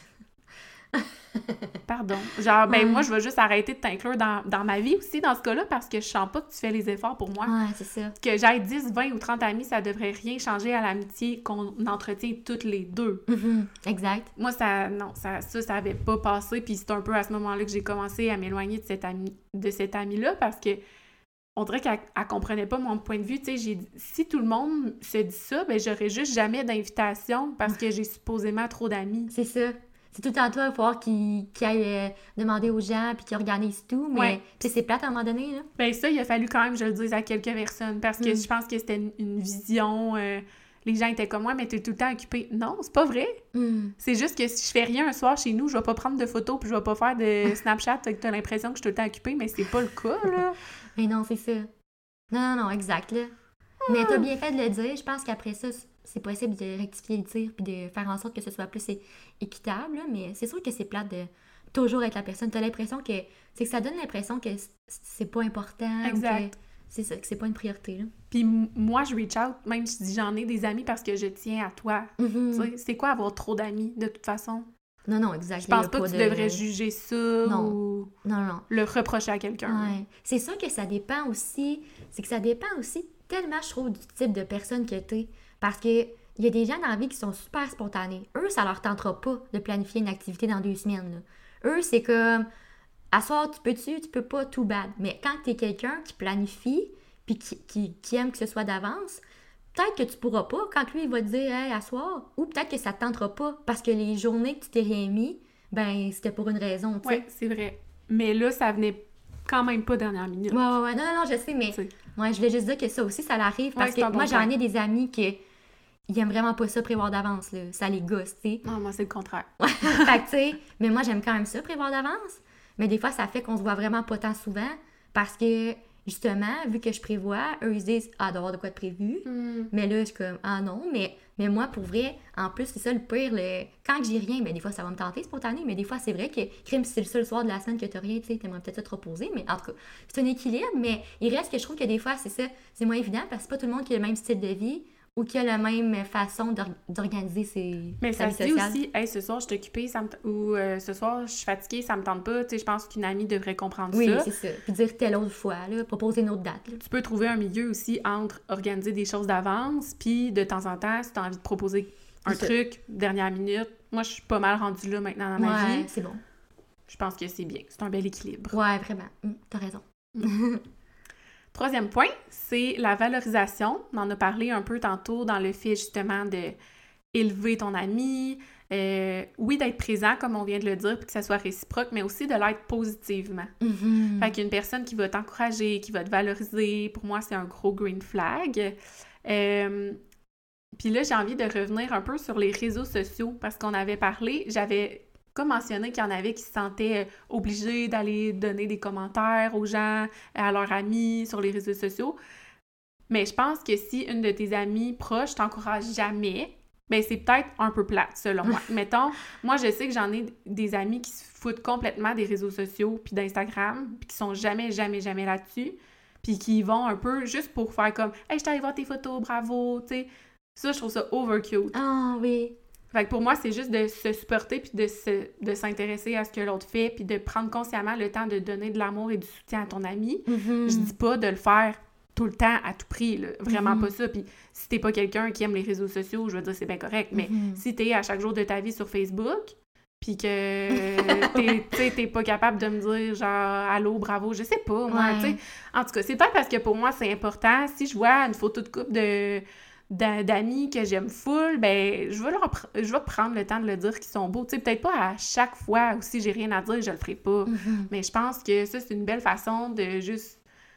Pardon. Genre, ben Ouais. moi, je vais juste arrêter de t'inclure dans ma vie aussi, dans ce cas-là, parce que je sens pas que tu fais les efforts pour moi. Ouais, c'est ça. Que j'aille 10, 20 ou 30 amis, ça devrait rien changer à l'amitié qu'on entretient toutes les deux. Mhm. Exact. Moi, ça avait pas passé, puis c'est un peu à ce moment-là que j'ai commencé à m'éloigner de cette amie-là, parce que on dirait qu'elle comprenait pas mon point de vue. Tu sais, j'ai dit, si tout le monde se dit ça, ben j'aurais juste jamais d'invitation parce que j'ai supposément trop d'amis. C'est ça. C'est tout le temps toi, il va falloir qu'il aille demander aux gens puis qu'il organise tout. Mais Ouais. tu sais, c'est plate à un moment donné, là. Ben ça, il a fallu quand même que je le dise à quelques personnes parce que je pense que c'était une vision... les gens étaient comme « Ouais, mais t'es tout le temps occupé. » Non, c'est pas vrai. C'est juste que si je fais rien un soir chez nous, je vais pas prendre de photos puis je vais pas faire de Snapchat, fait que t'as l'impression que je suis tout le temps occupée, mais c'est pas le cas, là. Mais non, c'est ça. Non, exact, là. Mais t'as bien fait de le dire. Je pense qu'après ça, c'est possible de rectifier le tir puis de faire en sorte que ce soit plus équitable, là. Mais c'est sûr que c'est plate de toujours être la personne. T'as l'impression que... C'est que ça donne l'impression que c'est pas important. Exact. Ou que c'est ça, que c'est pas une priorité, là. Puis moi, je reach out, même je dis j'en ai des amis parce que je tiens à toi. Mhm. Tu sais, c'est quoi avoir trop d'amis, de toute façon? Non, exact. Je Il y a pense pas que tu devrais juger ça Non. ou Non. le reprocher à quelqu'un. Ouais. C'est sûr que ça dépend aussi. C'est que ça dépend aussi tellement, je trouve, du type de personne que t'es. Parce que il y a des gens dans la vie qui sont super spontanés. Eux, ça leur tentera pas de planifier une activité dans 2 semaines, là. Eux, c'est comme, à soir, tu peux pas, tout bad. Mais quand t'es quelqu'un qui planifie, puis qui aime que ce soit d'avance, peut-être que tu pourras pas quand lui, il va te dire « Hey, à soir », ou peut-être que ça te tentera pas, parce que les journées que tu t'es rien mis, ben, c'était pour une raison, tu sais. Ouais, c'est vrai. Mais là, ça venait quand même pas dernière minute. Ouais. Non, je sais, mais Tu sais. ouais, je voulais juste dire que ça aussi, ça l'arrive, parce Ouais, c'est que un bon moi, j'en point. ai des amis qui ils aiment vraiment pas ça, prévoir d'avance, là. Ça les gosse, tu sais. Non, moi, c'est le contraire. Fait que, tu sais, mais moi, j'aime quand même ça, prévoir d'avance. Mais des fois, ça fait qu'on se voit vraiment pas tant souvent parce que, justement, vu que je prévois, eux, ils se disent « Ah, d'avoir de quoi de prévu. Mais là, je suis comme « Ah non, mais moi, pour vrai, en plus, c'est ça le pire. Quand j'ai rien, ben des fois, ça va me tenter spontané, mais des fois, c'est vrai que, crime, si c'est le seul soir de la semaine que t'as rien, tu sais, t'aimerais peut-être te reposer. Mais en tout cas, c'est un équilibre, mais il reste que je trouve que des fois, c'est ça, c'est moins évident parce que c'est pas tout le monde qui a le même style de vie ou qui a la même façon d'organiser Mais sa ça vie se dit sociale. aussi, hey, ce soir, je suis occupée, ou ce soir, je suis fatiguée, ça me tente pas. Tu sais, je pense qu'une amie devrait comprendre Oui, ça. c'est ça. Puis dire telle autre fois, là, proposer une autre date. Là. Tu peux trouver un milieu aussi entre organiser des choses d'avance, puis de temps en temps, si tu as envie de proposer un C'est ça. truc, dernière minute. Moi, je suis pas mal rendue là maintenant dans ma vie. C'est bon. Je pense que c'est bien. C'est un bel équilibre. Ouais, vraiment. T'as raison. Troisième point, c'est la valorisation. On en a parlé un peu tantôt dans le fait justement de élever ton ami, oui, d'être présent, comme on vient de le dire, puis que ça soit réciproque, mais aussi de l'être positivement. Fait qu'une personne qui va t'encourager, qui va te valoriser, pour moi, c'est un gros green flag. Puis là, j'ai envie de revenir un peu sur les réseaux sociaux parce qu'on avait parlé, j'avais comme mentionné qu'il y en avait qui se sentaient obligés d'aller donner des commentaires aux gens, à leurs amis sur les réseaux sociaux. Mais je pense que si une de tes amies proches t'encourage jamais, ben c'est peut-être un peu plate, selon moi. Mettons, moi, je sais que j'en ai des amis qui se foutent complètement des réseaux sociaux puis d'Instagram, puis qui sont jamais là-dessus, puis qui y vont un peu juste pour faire comme « Hey, je t'allais voir tes photos, bravo! » Tu sais, ça, je trouve ça over cute. Ah oui. Fait que pour moi, c'est juste de se supporter puis de s'intéresser à ce que l'autre fait puis de prendre consciemment le temps de donner de l'amour et du soutien à ton ami. Je dis pas de le faire tout le temps, à tout prix, là. Vraiment pas ça. Puis si t'es pas quelqu'un qui aime les réseaux sociaux, je veux dire, c'est bien correct. Mais si t'es à chaque jour de ta vie sur Facebook, puis que t'es pas capable de me dire genre « Allô, bravo », je sais pas, moi, tu sais. En tout cas, c'est peut-être parce que pour moi, c'est important. Si je vois une photo de couple d'amis que j'aime full, ben je vais prendre le temps de le dire qu'ils sont beaux. Tu sais, peut-être pas à chaque fois, ou si j'ai rien à dire, je le ferai pas. Mais je pense que ça, c'est une belle façon de juste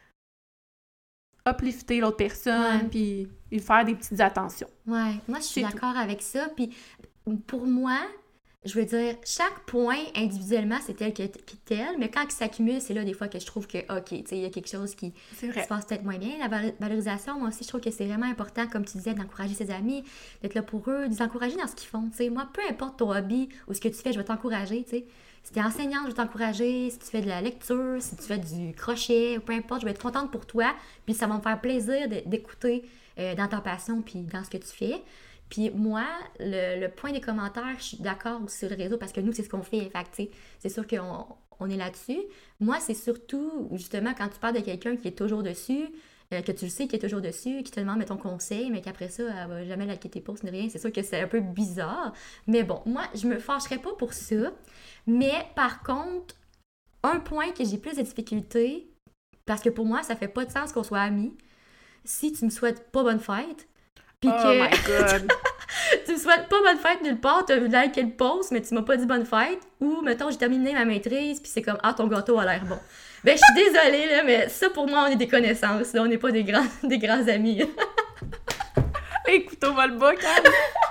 uplifter l'autre personne, puis lui faire des petites attentions. Ouais, moi, je suis d'accord avec ça. Puis pour moi, je veux dire, chaque point individuellement, c'est tel que tel, mais quand il s'accumule, c'est là des fois que je trouve que, OK, tu sais, il y a quelque chose qui se passe peut-être moins bien. La valorisation, moi aussi, je trouve que c'est vraiment important, comme tu disais, d'encourager ses amis, d'être là pour eux, de les encourager dans ce qu'ils font. Tu sais, moi, peu importe ton hobby ou ce que tu fais, je vais t'encourager, tu sais. Si t'es enseignante, je vais t'encourager. Si tu fais de la lecture, si tu fais du crochet, peu importe, je vais être contente pour toi. Puis ça va me faire plaisir d'écouter dans ta passion puis dans ce que tu fais. Puis moi, le point des commentaires, je suis d'accord aussi sur le réseau parce que nous, c'est ce qu'on fait. Fait que, tu sais, c'est sûr qu'on est là-dessus. Moi, c'est surtout, justement, quand tu parles de quelqu'un qui est toujours dessus, que tu le sais qu'il est toujours dessus, qui te demande ton conseil, mais qu'après ça, elle va jamais liker tes posts ni rien. C'est sûr que c'est un peu bizarre. Mais bon, moi, je me fâcherais pas pour ça. Mais par contre, un point que j'ai plus de difficulté, parce que pour moi, ça fait pas de sens qu'on soit amis, si tu me souhaites pas bonne fête, puis my God! tu me souhaites pas bonne fête nulle part, t'as liké le post, mais tu m'as pas dit bonne fête, ou, mettons, j'ai terminé ma maîtrise, puis c'est comme « Ah, ton gâteau a l'air bon ». Ben, je suis désolée, là, mais ça, pour moi, on est des connaissances, là, on n'est pas des grands amis. Écoute, on va le bas, calme!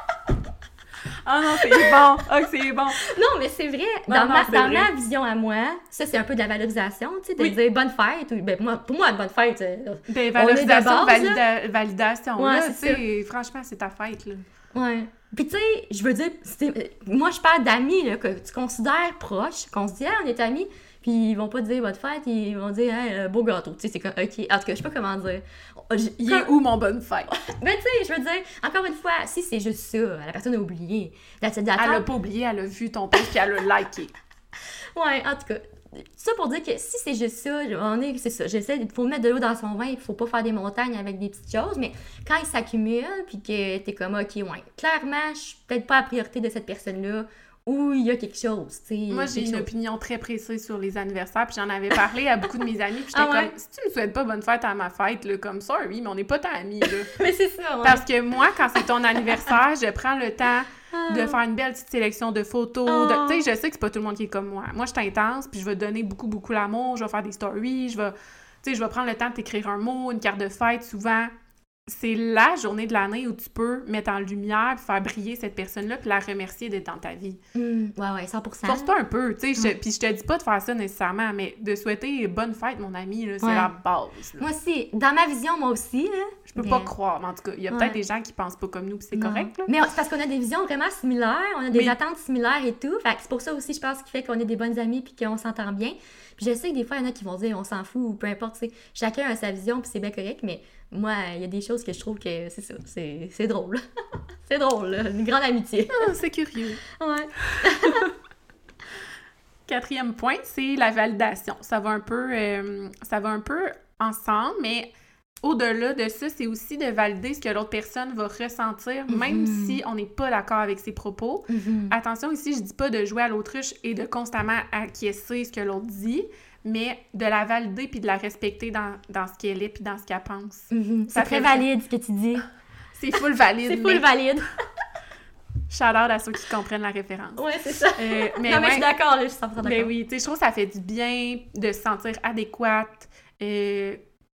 Ah non, c'est bon! Ah, c'est bon! Non, mais c'est vrai. Dans ma vision à moi, ça, c'est un peu de la valorisation, tu sais, de dire bonne fête. Ou, ben, pour moi, bonne fête, ben, valorisation, base, validation. Ouais, là, tu sais, franchement, c'est ta fête, là. Ouais. Puis, tu sais, je veux dire, moi, je parle d'amis, là, que tu considères proches, qu'on se dit, ah, on est amis. Puis ils vont pas dire bonne fête, ils vont dire hey, beau gâteau. Tu sais, c'est comme, OK. En tout cas, je sais pas comment dire. Il est où mon bonne fête? Mais tu sais, je veux dire, encore une fois, si c'est juste ça, la personne a oublié. Elle a pas oublié, elle a vu ton post puis elle a liké. Ouais, en tout cas. Ça pour dire que si c'est juste ça, c'est ça. Il faut mettre de l'eau dans son vin, il faut pas faire des montagnes avec des petites choses, mais quand il s'accumule, puis que t'es comme, OK, ouais, clairement, je suis peut-être pas la priorité de cette personne-là, ou il y a quelque chose, tu sais. Moi, j'ai une opinion très précise sur les anniversaires, puis j'en avais parlé à beaucoup de mes amis, puis j'étais comme, si tu me souhaites pas bonne fête à ma fête, là, comme ça, oui, mais on n'est pas ta amie, là. Mais c'est ça, ouais. Parce que moi, quand c'est ton anniversaire, je prends le temps de faire une belle petite sélection de photos. Tu sais, je sais que c'est pas tout le monde qui est comme moi. Moi, je suis intense, puis je vais donner beaucoup, beaucoup l'amour, je vais faire des stories, je vais prendre le temps de t'écrire un mot, une carte de fête, souvent. C'est la journée de l'année où tu peux mettre en lumière puis faire briller cette personne-là puis la remercier d'être dans ta vie. Ouais, 100%. Force-toi un peu, tu sais. Puis je te dis pas de faire ça nécessairement, mais de souhaiter bonne fête, mon ami, là, c'est la base. Là. Moi aussi. Dans ma vision, moi aussi, là. Je peux pas croire, mais en tout cas, il y a peut-être des gens qui pensent pas comme nous puis c'est correct, là. Mais c'est parce qu'on a des visions vraiment similaires, on a des attentes similaires et tout. Fait que c'est pour ça aussi, je pense, qu'il fait qu'on est des bonnes amies puis qu'on s'entend bien. Puis je sais que des fois, il y en a qui vont dire on s'en fout ou peu importe, tu sais. Chacun a sa vision puis c'est bien correct, mais moi, il y a des choses que je trouve que c'est ça, c'est drôle. C'est drôle, là. Une grande amitié. C'est curieux. Ouais. 4e point, c'est la validation. Ça va un peu ensemble, mais au-delà de ça, c'est aussi de valider ce que l'autre personne va ressentir, même si on n'est pas d'accord avec ses propos. Attention ici, je dis pas de jouer à l'autruche et de constamment acquiescer ce que l'autre dit, mais de la valider puis de la respecter dans ce qu'elle est puis dans ce qu'elle pense. C'est très valide ce que tu dis. C'est full valide. C'est full valide. Shout-out à ceux qui comprennent la référence. Ouais, c'est ça. Mais je suis d'accord, là, je suis 100% d'accord. Mais oui, tu sais, je trouve que ça fait du bien de se sentir adéquate.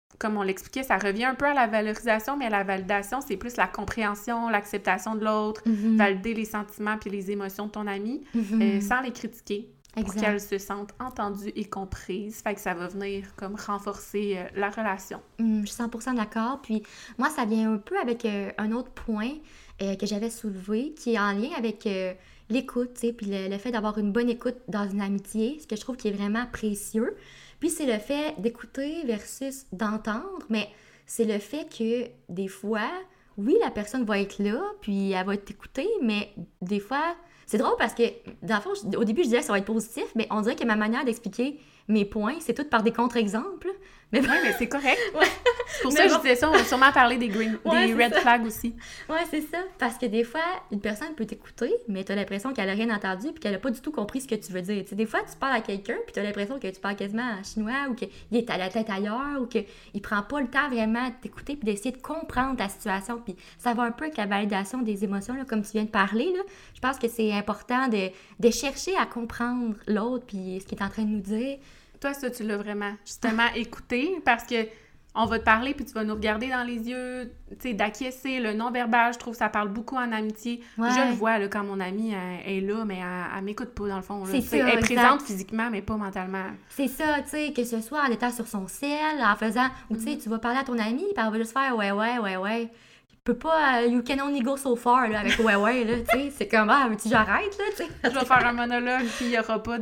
comme on l'expliquait, ça revient un peu à la valorisation, mais la validation, c'est plus la compréhension, l'acceptation de l'autre, valider les sentiments puis les émotions de ton ami, sans les critiquer, pour qu'elles se sentent entendues et comprises. Fait que ça va venir comme renforcer la relation. Je suis 100% d'accord. Puis moi, ça vient un peu avec un autre point que j'avais soulevé, qui est en lien avec l'écoute, tu sais, puis le fait d'avoir une bonne écoute dans une amitié, ce que je trouve qui est vraiment précieux. Puis c'est le fait d'écouter versus d'entendre, mais c'est le fait que des fois, oui, la personne va être là, puis elle va t'écouter, mais des fois, c'est drôle parce que, dans le fond, au début, je disais que ça va être positif, mais on dirait que ma manière d'expliquer mes points, c'est tout par des contre-exemples. Mais oui, mais c'est correct. Ouais. C'est pour ça que je disais ça, on va sûrement parler des red flags aussi. Ouais, c'est ça. Parce que des fois, une personne peut t'écouter, mais t'as l'impression qu'elle a rien entendu puis qu'elle a pas du tout compris ce que tu veux dire. Tu sais, des fois, tu parles à quelqu'un puis t'as l'impression que tu parles quasiment en chinois ou qu'il est à la tête ailleurs ou qu'il prend pas le temps vraiment de t'écouter puis d'essayer de comprendre ta situation. Puis ça va un peu avec la validation des émotions, là, comme tu viens de parler. Là. Je pense que c'est important de chercher à comprendre l'autre puis ce qu'il est en train de nous dire. Toi, ça, tu l'as vraiment, justement, écouté parce que on va te parler puis tu vas nous regarder dans les yeux, tu sais, d'acquiescer, le non-verbal, je trouve que ça parle beaucoup en amitié. Ouais. Je le vois, là, quand mon amie est là, mais elle m'écoute pas, dans le fond. Là. C'est ça, elle est exact. présente physiquement, mais pas mentalement. C'est ça, tu sais, que ce soit en étant sur son ciel, en faisant, ou tu sais, tu vas parler à ton ami, puis elle va juste faire ouais. Tu peux pas, you can only go so far, là, avec ouais, là, tu sais, c'est comme, ah, veux-tu j'arrête, là, tu sais. Je vais faire un monologue, puis il y aura pas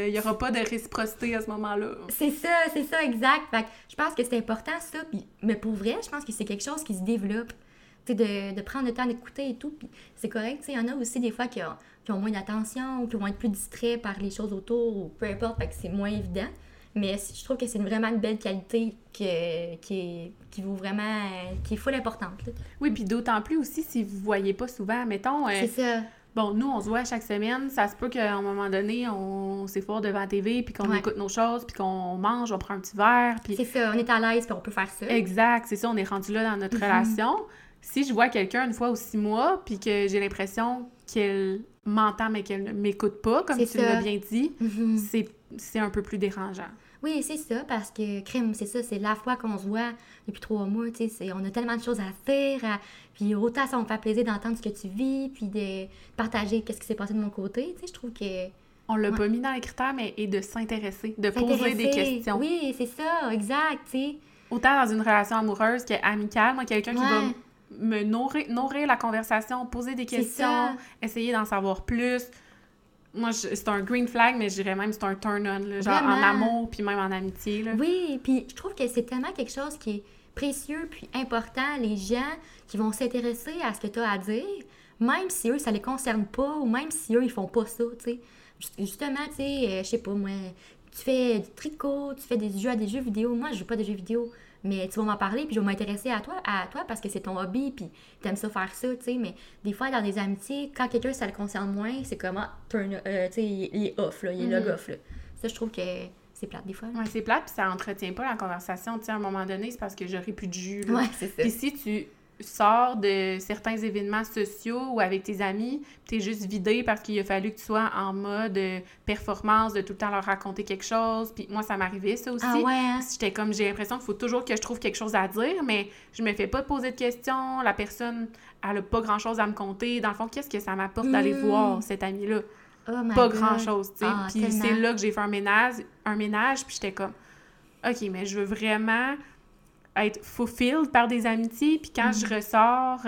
de réciprocité à ce moment-là. C'est ça, exact. Fait que je pense que c'est important, ça, puis, mais pour vrai, je pense que c'est quelque chose qui se développe, tu sais, de prendre le temps d'écouter et tout, puis c'est correct, tu sais, il y en a aussi des fois qui ont moins d'attention, ou qui vont être plus distraits par les choses autour, ou peu importe, fait que c'est moins évident. Mais je trouve que c'est vraiment une belle qualité qui vaut vraiment, qui est full importante. Là. Oui, puis d'autant plus aussi si vous voyez pas souvent, mettons... c'est ça. Bon, nous, on se voit chaque semaine. Ça se peut qu'à un moment donné, on s'efforce devant la TV, puis qu'on écoute nos choses, puis qu'on mange, on prend un petit verre. Puis... C'est ça, on est à l'aise, puis on peut faire ça. Exact, c'est ça, on est rendu là dans notre relation. Si je vois quelqu'un une fois ou 6 mois, puis que j'ai l'impression qu'elle m'entend, mais qu'elle ne m'écoute pas, comme tu l'as bien dit, c'est un peu plus dérangeant. Oui, c'est ça, parce que, crème, c'est ça, c'est la fois qu'on se voit depuis 3 mois, tu sais, on a tellement de choses à faire, puis autant ça me fait plaisir d'entendre ce que tu vis, puis de partager qu'est-ce qui s'est passé de mon côté, tu sais, je trouve que... On l'a pas mis dans les critères, mais et de s'intéresser, de poser des questions. Oui, c'est ça, exact, tu sais. Autant dans une relation amoureuse qu'amicale, moi, quelqu'un qui va me nourrir la conversation, poser des questions, essayer d'en savoir plus... Moi, c'est un green flag, mais je dirais même que c'est un turn-on, là, genre en amour, puis même en amitié. Là. Oui, puis je trouve que c'est tellement quelque chose qui est précieux puis important, les gens qui vont s'intéresser à ce que tu as à dire, même si eux, ça les concerne pas, ou même si eux, ils font pas ça, tu sais. Justement, tu sais, je sais pas, moi, tu fais du tricot, tu fais des jeux vidéo. Moi, je joue pas de jeux vidéo. Mais tu vas m'en parler, puis je vais m'intéresser à toi parce que c'est ton hobby, puis t'aimes ça faire ça, tu sais. Mais des fois, dans des amitiés, quand quelqu'un, ça le concerne moins, c'est comment, tu sais, il est off, là, il est log off, là. Ça, je trouve que c'est plate, des fois. Oui, c'est plate, puis ça entretient pas la conversation. Tu sais, à un moment donné, c'est parce que j'aurais plus de jus, là. Ouais, c'est ça. Puis si tu sors de certains événements sociaux ou avec tes amis, puis t'es juste vidé parce qu'il a fallu que tu sois en mode performance, de tout le temps leur raconter quelque chose. Puis moi, ça m'arrivait, ça aussi. Ah ouais, hein? J'étais comme, j'ai l'impression qu'il faut toujours que je trouve quelque chose à dire, mais je me fais pas poser de questions. La personne, elle a pas grand-chose à me conter. Dans le fond, qu'est-ce que ça m'apporte d'aller voir cette amie-là? Oh my pas God. grand-chose, tu sais. Ah, puis tellement. c'est là que j'ai fait un ménage, puis j'étais comme, OK, mais je veux vraiment être fulfilled par des amitiés, puis quand je ressors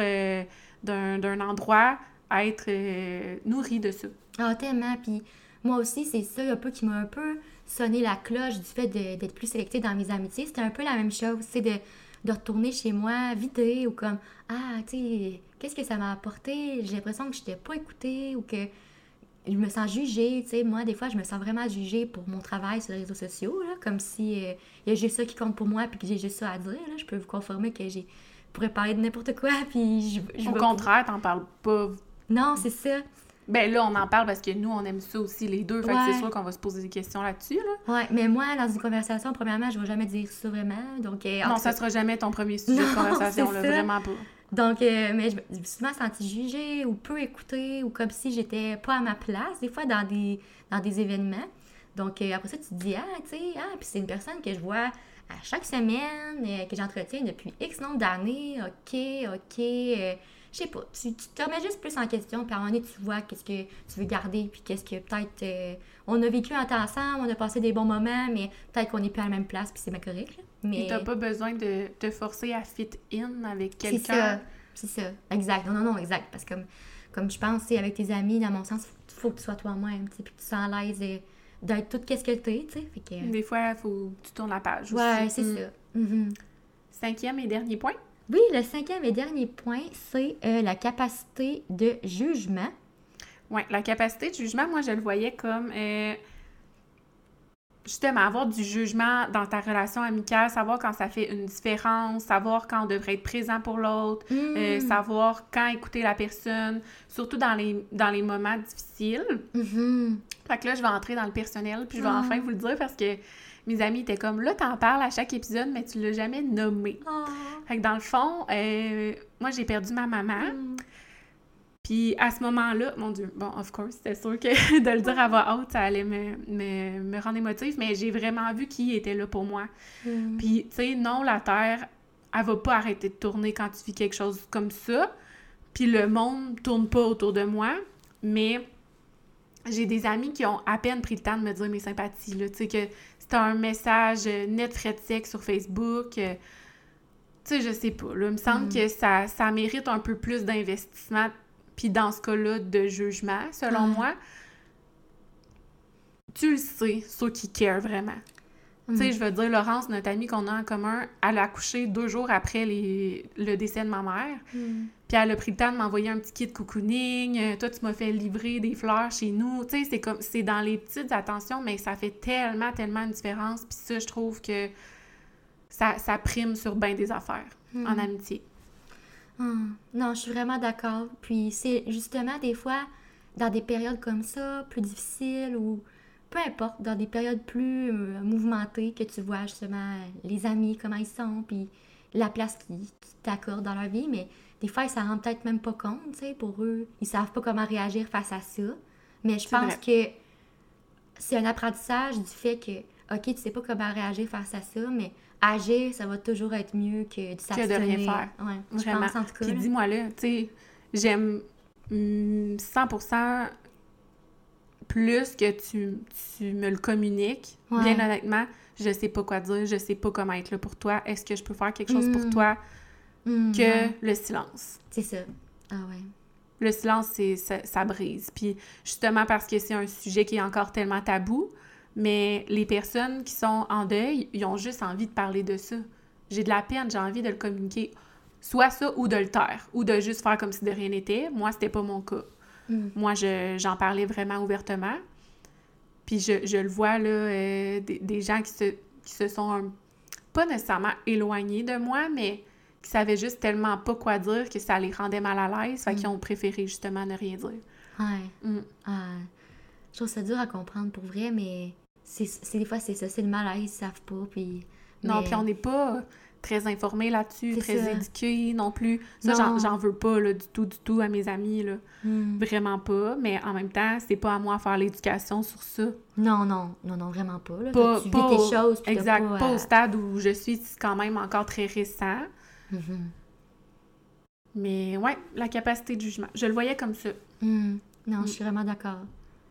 d'un endroit, être nourrie de ça. Ah, tellement. Puis moi aussi, c'est ça un peu qui m'a un peu sonné la cloche du fait d'être plus sélective dans mes amitiés. C'était un peu la même chose, c'est de retourner chez moi vidée ou comme, ah, tu sais, qu'est-ce que ça m'a apporté? J'ai l'impression que je n'étais pas écoutée ou que je me sens jugée, tu sais. Moi, des fois, je me sens vraiment jugée pour mon travail sur les réseaux sociaux, là, comme si il y a juste ça qui compte pour moi puis que j'ai juste ça à dire, là. Je peux vous confirmer que je pourrais parler de n'importe quoi, puis Au contraire, t'en parles pas. Non, c'est ça. Ben là, on en parle parce que nous, on aime ça aussi, les deux. Fait que c'est sûr qu'on va se poser des questions là-dessus, là. Ouais, mais moi, dans une conversation, premièrement, je vais jamais dire ça vraiment, donc... non, ça sera jamais ton premier sujet de conversation, là, vraiment pas. Donc, mais je me suis souvent sentie jugée ou peu écoutée ou comme si j'étais pas à ma place, des fois dans des événements. Donc, après ça, tu te dis, tu sais, puis c'est une personne que je vois à chaque semaine, que j'entretiens depuis X nombre d'années. OK. Je sais pas. Tu te remets juste plus en question, puis à un moment donné, tu vois qu'est-ce que tu veux garder, puis qu'est-ce que peut-être... on a vécu un temps ensemble, on a passé des bons moments, mais peut-être qu'on n'est plus à la même place, puis c'est bien correct. Là. Mais t'as pas besoin de te forcer à fit in avec quelqu'un. C'est ça. Exact. Non, exact. Parce que comme je pense, avec tes amis, dans mon sens, il faut que tu sois toi-même, puis que tu sois à l'aise d'être tout ce que t'es, tu sais. Que... Des fois, il faut que tu tournes la page aussi. Ouais, c'est ça. Mm-hmm. 5e et dernier point? Oui, le 5e et dernier point, c'est la capacité de jugement. Oui, la capacité de jugement, moi, je le voyais comme... justement, avoir du jugement dans ta relation amicale, savoir quand ça fait une différence, savoir quand on devrait être présent pour l'autre, savoir quand écouter la personne, surtout dans les moments difficiles. Mm-hmm. Fait que là, je vais entrer dans le personnel, puis je vais enfin vous le dire parce que mes amis étaient comme, là, t'en parles à chaque épisode, mais tu l'as jamais nommé. Fait que dans le fond, moi, j'ai perdu ma maman. Puis à ce moment-là, mon Dieu, bon, of course, c'était sûr que de le dire à voix haute, ça allait me rendre émotive, mais j'ai vraiment vu qui était là pour moi. Puis, tu sais, non, la Terre, elle va pas arrêter de tourner quand tu vis quelque chose comme ça. Puis le monde tourne pas autour de moi, mais j'ai des amis qui ont à peine pris le temps de me dire mes sympathies, là, tu sais, que c'était un message net frais de sec sur Facebook, tu sais, je sais pas, là, il me semble que ça mérite un peu plus d'investissement, puis dans ce cas-là, de jugement, selon moi. Tu le sais, ceux qui care vraiment. Tu sais, je veux dire, Laurence, notre amie qu'on a en commun, elle a accouché 2 jours après le décès de ma mère. Puis elle a pris le temps de m'envoyer un petit kit cocooning. Toi, tu m'as fait livrer des fleurs chez nous. Tu sais, c'est dans les petites attentions, mais ça fait tellement, tellement une différence. Puis ça, je trouve que ça prime sur bien des affaires en amitié. Non, je suis vraiment d'accord. Puis c'est justement des fois, dans des périodes comme ça, plus difficiles ou peu importe, dans des périodes plus mouvementées, que tu vois justement les amis, comment ils sont, puis la place qu'ils t'accordent dans leur vie. Mais des fois, ils s'en rendent peut-être même pas compte, tu sais, pour eux. Ils savent pas comment réagir face à ça. Mais je pense que c'est un apprentissage du fait que, OK, tu sais pas comment réagir face à ça, mais agir, ça va toujours être mieux que de s'abstenir. Que de rien faire. Ouais, vraiment. Je pense, en tout cas. Puis dis-moi là, tu sais, j'aime 100% plus que tu me le communiques. Bien honnêtement, je sais pas quoi dire, je sais pas comment être là pour toi. Est-ce que je peux faire quelque chose pour toi que le silence? C'est ça. Ah ouais. Le silence, ça brise. Puis justement parce que c'est un sujet qui est encore tellement tabou, mais les personnes qui sont en deuil, ils ont juste envie de parler de ça. J'ai de la peine, j'ai envie de le communiquer. Soit ça, ou de le taire, ou de juste faire comme si de rien n'était. Moi, c'était pas mon cas. Moi, j'en parlais vraiment ouvertement. Puis je le vois, là, des gens qui se sont pas nécessairement éloignés de moi, mais qui savaient juste tellement pas quoi dire que ça les rendait mal à l'aise. Fait qu'ils ont préféré justement ne rien dire. Ouais. Je trouve ça dur à comprendre pour vrai, mais des fois, c'est ça, c'est le malaise, ils savent pas, puis... Non, puis on n'est pas très informés là-dessus, très éduqués non plus. Ça, j'en veux pas, là, du tout à mes amis, là. Vraiment pas, mais en même temps, c'est pas à moi de faire l'éducation sur ça. Non, vraiment pas, là. Tu vis tes choses, puis exact, pas au stade où je suis, c'est quand même encore très récent. Mais ouais, la capacité de jugement. Je le voyais comme ça. Non, je suis vraiment d'accord.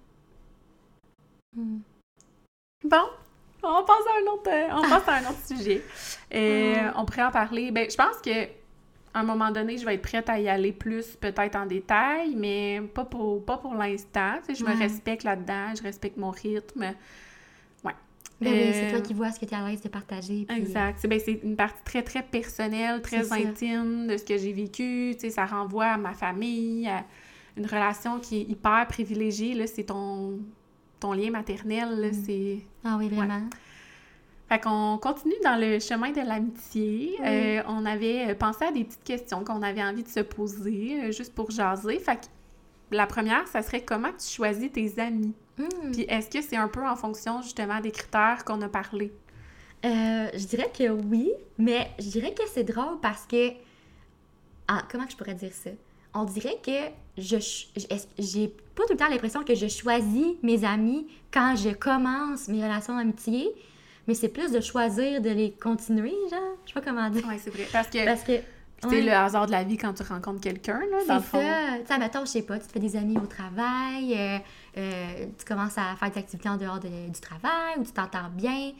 Bon, on passe à un autre sujet. On pourrait en parler. Ben, je pense que à un moment donné, je vais être prête à y aller plus, peut-être en détail, mais pas pour l'instant. Tu sais, je me respecte là-dedans, je respecte mon rythme. Ouais. Oui, c'est toi qui vois ce que tu es à l'aise de partager. Puis... Exact. C'est une partie très, très personnelle, très intime de ce que j'ai vécu. Tu sais, ça renvoie à ma famille, à une relation qui est hyper privilégiée. Là, c'est ton lien maternel. Là, c'est... Ah oui, vraiment. Ouais. Fait qu'on continue dans le chemin de l'amitié. On avait pensé à des petites questions qu'on avait envie de se poser, juste pour jaser. Fait que la première, ça serait comment tu choisis tes amis? Puis est-ce que c'est un peu en fonction, justement, des critères qu'on a parlé? Je dirais que oui, mais je dirais que c'est drôle parce que... comment je pourrais dire ça? on dirait que j'ai pas tout le temps l'impression que je choisis mes amis quand je commence mes relations d'amitié, mais c'est plus de choisir de les continuer, genre. Je sais pas comment dire. Oui, c'est vrai. Parce que ouais. c'est le hasard de la vie quand tu rencontres quelqu'un, là, dans le fond. C'est ça. Tu sais, mettons, je sais pas, tu te fais des amis au travail, tu commences à faire des activités en dehors du travail, ou tu t'entends bien.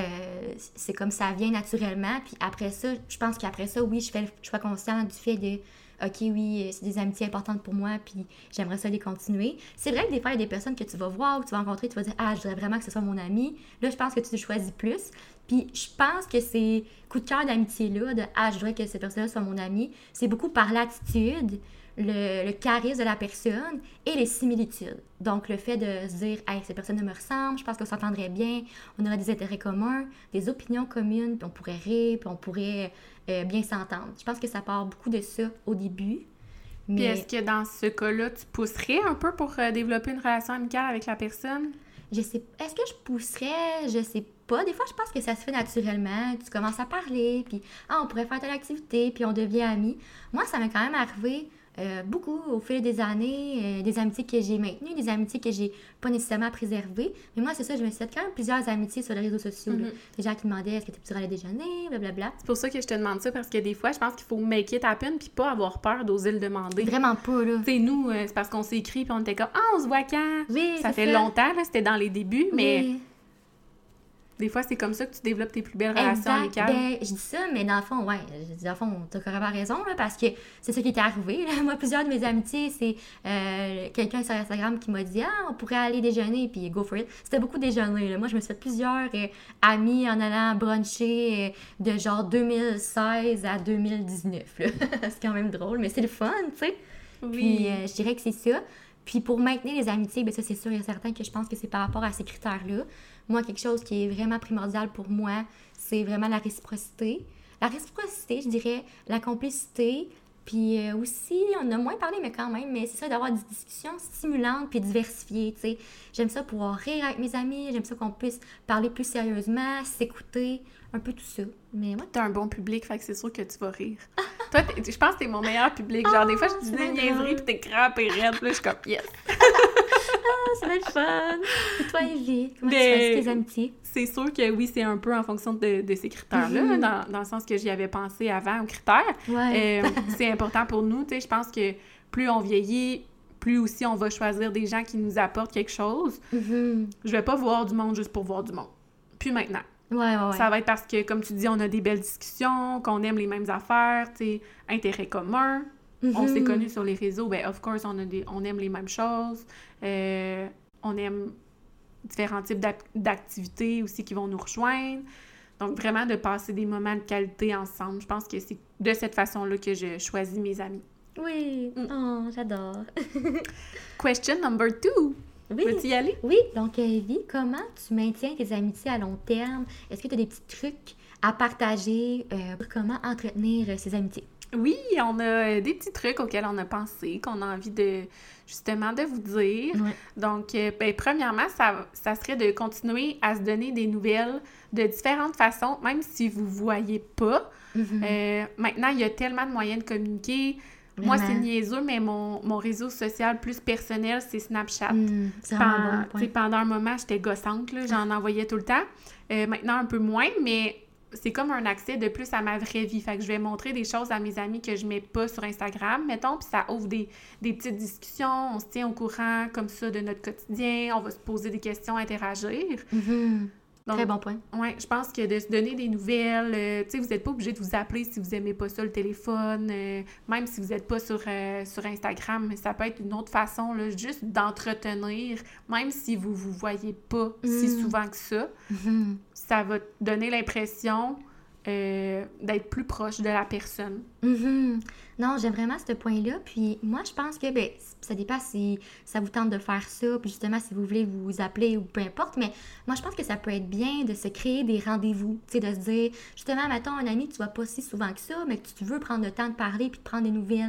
C'est comme ça vient naturellement. Puis après ça, je pense qu'après ça, oui, je sois consciente du fait de OK, oui, c'est des amitiés importantes pour moi, puis j'aimerais ça les continuer. C'est vrai que des fois, il y a des personnes que tu vas voir ou tu vas rencontrer, tu vas dire ah, je voudrais vraiment que ce soit mon ami. Là, je pense que tu choisis plus. Puis je pense que ces coups de cœur d'amitié-là, de ah, je voudrais que cette personne-là soit mon ami, c'est beaucoup par l'attitude, le charisme de la personne et les similitudes. Donc, le fait de se dire hey, cette personne me ressemble, je pense qu'on s'entendrait bien, on aurait des intérêts communs, des opinions communes, puis on pourrait rire, puis on pourrait bien s'entendre. Je pense que ça part beaucoup de ça au début. Mais... Puis est-ce que dans ce cas-là, tu pousserais un peu pour développer une relation amicale avec la personne? Je sais pas. Est-ce que je pousserais? Je sais pas. Des fois, je pense que ça se fait naturellement. Tu commences à parler, puis on pourrait faire telle activité, puis on devient amis. Moi, ça m'est quand même arrivé beaucoup au fil des années, des amitiés que j'ai maintenues, des amitiés que j'ai pas nécessairement préservées. Mais moi, c'est ça, je me suis fait quand même plusieurs amitiés sur les réseaux sociaux. Là. Des gens qui demandaient est-ce que tu pourrais aller déjeuner, blablabla. C'est pour ça que je te demande ça, parce que des fois, je pense qu'il faut make it happen puis pas avoir peur d'oser le demander. Vraiment pas, là. Tu sais, nous, c'est parce qu'on s'est écrit puis on était comme « Ah, on se voit quand? » Oui, ça fait longtemps, là, c'était dans les débuts, mais... Oui. Des fois, c'est comme ça que tu développes tes plus belles relations amicales. Ben, je dis ça, mais dans le fond, ouais, dans le fond, t'as carrément raison, là, parce que c'est ça qui est arrivé. Là. Moi, plusieurs de mes amitiés, c'est quelqu'un sur Instagram qui m'a dit « Ah, on pourrait aller déjeuner, puis go for it. » C'était beaucoup déjeuner, là. Moi, je me suis fait plusieurs amis en allant bruncher de genre 2016 à 2019, là. C'est quand même drôle, mais c'est le fun, tu sais. Oui. Puis, je dirais que c'est ça. Puis pour maintenir les amitiés, ben ça, c'est sûr et certain que je pense que c'est par rapport à ces critères-là. Moi, quelque chose qui est vraiment primordial pour moi, c'est vraiment la réciprocité. La réciprocité, je dirais, la complicité, puis aussi, on a moins parlé, mais quand même, mais c'est ça, d'avoir des discussions stimulantes puis diversifiées, tu sais. J'aime ça pouvoir rire avec mes amis, j'aime ça qu'on puisse parler plus sérieusement, s'écouter, un peu tout ça. Mais moi, t'as un bon public, fait que c'est sûr que tu vas rire. Toi, je pense que t'es mon meilleur public. Genre, des fois, je dis des niaiseries pis t'es crampé et raide, puis là, je suis comme « Yes! » c'est bien le fun! Et toi, Evie, comment tu choisis tes amitiés? C'est sûr que oui, c'est un peu en fonction de ces critères-là, dans le sens que j'y avais pensé avant aux critères. Ouais. C'est important pour nous, tu sais, je pense que plus on vieillit, plus aussi on va choisir des gens qui nous apportent quelque chose. Je vais pas voir du monde juste pour voir du monde. Puis maintenant. Ouais. Ça va être parce que, comme tu dis, on a des belles discussions, qu'on aime les mêmes affaires, tu sais, intérêts communs. On s'est connus sur les réseaux, ben of course, on aime les mêmes choses. On aime différents types d'activités aussi qui vont nous rejoindre. Donc, vraiment, de passer des moments de qualité ensemble. Je pense que c'est de cette façon-là que je choisis mes amis. Oui. Oh, j'adore. Question number 2. Oui. Veux-tu y aller? Oui. Donc, Evie, comment tu maintiens tes amitiés à long terme? Est-ce que tu as des petits trucs à partager pour comment entretenir ces amitiés? Oui, on a des petits trucs auxquels on a pensé, qu'on a envie de, justement, de vous dire. Ouais. Donc, premièrement, ça serait de continuer à se donner des nouvelles de différentes façons, même si vous ne voyez pas. Maintenant, il y a tellement de moyens de communiquer. Vraiment. Moi, c'est niaiseux, mais mon réseau social plus personnel, c'est Snapchat. C'est vraiment bon point. Pendant un moment, j'étais gossante, là, j'en envoyais tout le temps. Maintenant, un peu moins, mais c'est comme un accès de plus à ma vraie vie. Fait que je vais montrer des choses à mes amis que je mets pas sur Instagram, mettons, puis ça ouvre des petites discussions, on se tient au courant comme ça de notre quotidien, on va se poser des questions, interagir. Donc, très bon point. Oui, je pense que de se donner des nouvelles, tu sais, vous n'êtes pas obligé de vous appeler si vous n'aimez pas ça, le téléphone, même si vous n'êtes pas sur Instagram, mais ça peut être une autre façon, là, juste d'entretenir, même si vous ne vous voyez pas si souvent que ça, ça va donner l'impression d'être plus proche de la personne. Non, j'aime vraiment ce point-là. Puis moi, je pense que ça dépend si ça vous tente de faire ça, puis justement, si vous voulez vous appeler ou peu importe. Mais moi, je pense que ça peut être bien de se créer des rendez-vous. Tu sais, de se dire, justement, mettons, un ami que tu vois pas si souvent que ça, mais que tu veux prendre le temps de parler puis de prendre des nouvelles. Vous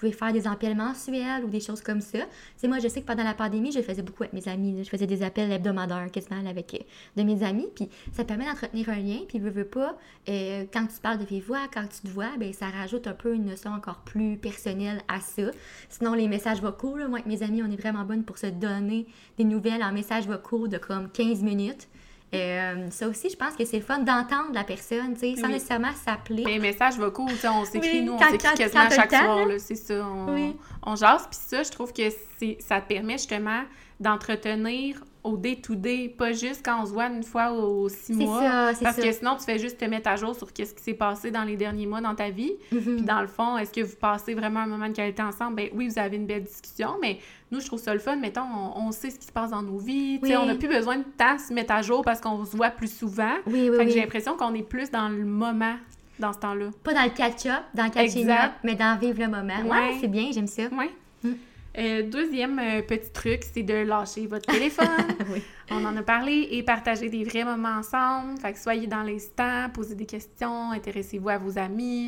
pouvez faire des appels mensuels ou des choses comme ça. C'est moi, je sais que pendant la pandémie, je le faisais beaucoup avec mes amis. Là. Je faisais des appels hebdomadaires quasiment avec de mes amis. Puis ça permet d'entretenir un lien. Puis veux pas, quand tu parles de vive voix, quand tu te vois, ben ça rajoute un peu une notion encore plus personnelle à ça. Sinon, les messages vocaux, là, moi avec mes amis, on est vraiment bonnes pour se donner des nouvelles en messages vocaux de comme 15 minutes. Ça aussi, je pense que c'est le fun d'entendre la personne, tu sais, sans nécessairement s'appeler. Les messages vocaux, tu sais, on s'écrit, nous, on s'écrit quasiment chaque soir, là, c'est ça, on jase, puis ça, je trouve que ça te permet justement d'entretenir au day-to-day, pas juste quand on se voit une fois aux 6 mois, parce que sinon, tu fais juste te mettre à jour sur qu'est-ce qui s'est passé dans les derniers mois dans ta vie, puis dans le fond, est-ce que vous passez vraiment un moment de qualité ensemble? Ben oui, vous avez une belle discussion, mais nous, je trouve ça le fun, mettons, on sait ce qui se passe dans nos vies, tu sais, on n'a plus besoin de temps se mettre à jour parce qu'on se voit plus souvent, fait que j'ai l'impression qu'on est plus dans le moment dans ce temps-là. Pas dans le catch-up, dans le catching-up, mais dans vivre le moment. Ouais, c'est bien, j'aime ça. Ouais. Deuxième petit truc, c'est de lâcher votre téléphone. On en a parlé, et partager des vrais moments ensemble. Fait que soyez dans l'instant, posez des questions, intéressez-vous à vos amis.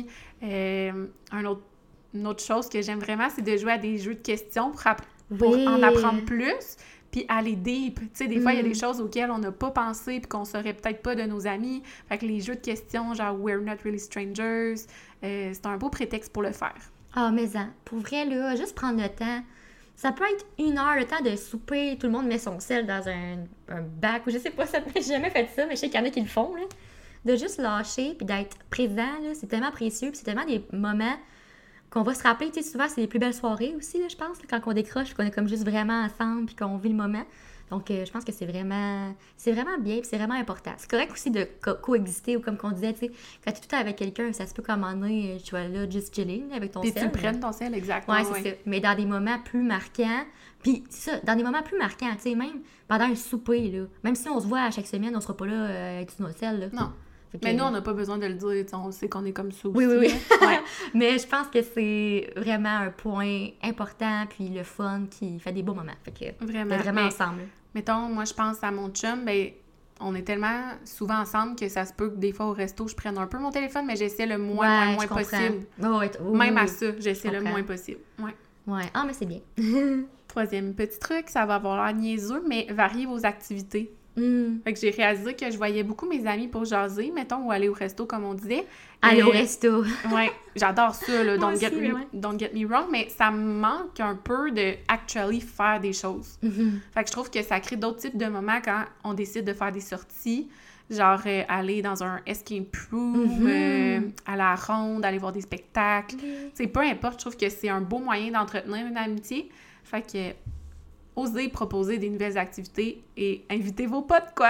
Une autre chose que j'aime vraiment, c'est de jouer à des jeux de questions pour en apprendre plus, puis aller deep. Tu sais, des fois, il y a des choses auxquelles on n'a pas pensé puis qu'on saurait peut-être pas de nos amis. Fait que les jeux de questions, genre « We're not really strangers », c'est un beau prétexte pour le faire. Ah, mais pour vrai, là, juste prendre le temps. Ça peut être 1 heure, le temps de souper, tout le monde met son sel dans un bac, ou je sais pas, j'ai jamais fait ça, mais je sais qu'il y en a qui le font, là. De juste lâcher, puis d'être présent, là, c'est tellement précieux, puis c'est tellement des moments qu'on va se rappeler, tu sais, souvent, c'est les plus belles soirées aussi, là, je pense, là, quand on décroche, qu'on est comme juste vraiment ensemble, puis qu'on vit le moment. Donc, je pense que c'est vraiment bien, puis c'est vraiment important. C'est correct aussi de coexister, ou comme qu'on disait, tu sais, quand tu es tout le temps avec quelqu'un, ça se peut qu'à un moment donné, tu vas là, juste chilling avec ton sel. Puis tu prennes ton sel, exactement. Ouais, c'est ça. Mais dans des moments plus marquants, puis c'est ça, dans des moments plus marquants, tu sais, même pendant un souper, là, même si on se voit à chaque semaine, on sera pas là avec notre sel, là. Non. Mais nous, on n'a pas besoin de le dire, on sait qu'on est comme ça aussi. Oui. Ouais. Mais je pense que c'est vraiment un point important, puis le fun qui fait des beaux moments. Fait que vraiment ensemble. Mettons, moi, je pense à mon chum, ben on est tellement souvent ensemble que ça se peut que des fois au resto, je prenne un peu mon téléphone, mais j'essaie le moins possible. Même à ça, j'essaie le moins possible. Ouais. Ah, mais c'est bien. Troisième petit truc, ça va avoir l'air niaiseux, mais varier vos activités. Fait que j'ai réalisé que je voyais beaucoup mes amis pour jaser, mettons, ou aller au resto, comme on disait. Aller au resto. Ouais, j'adore ça, là, don't get me wrong, mais ça me manque un peu de actually faire des choses. Fait que je trouve que ça crée d'autres types de moments quand on décide de faire des sorties, genre aller dans un escape room, à la ronde, aller voir des spectacles. Tu sais, peu importe, je trouve que c'est un beau moyen d'entretenir une amitié. Fait que osez proposer des nouvelles activités et invitez vos potes, quoi!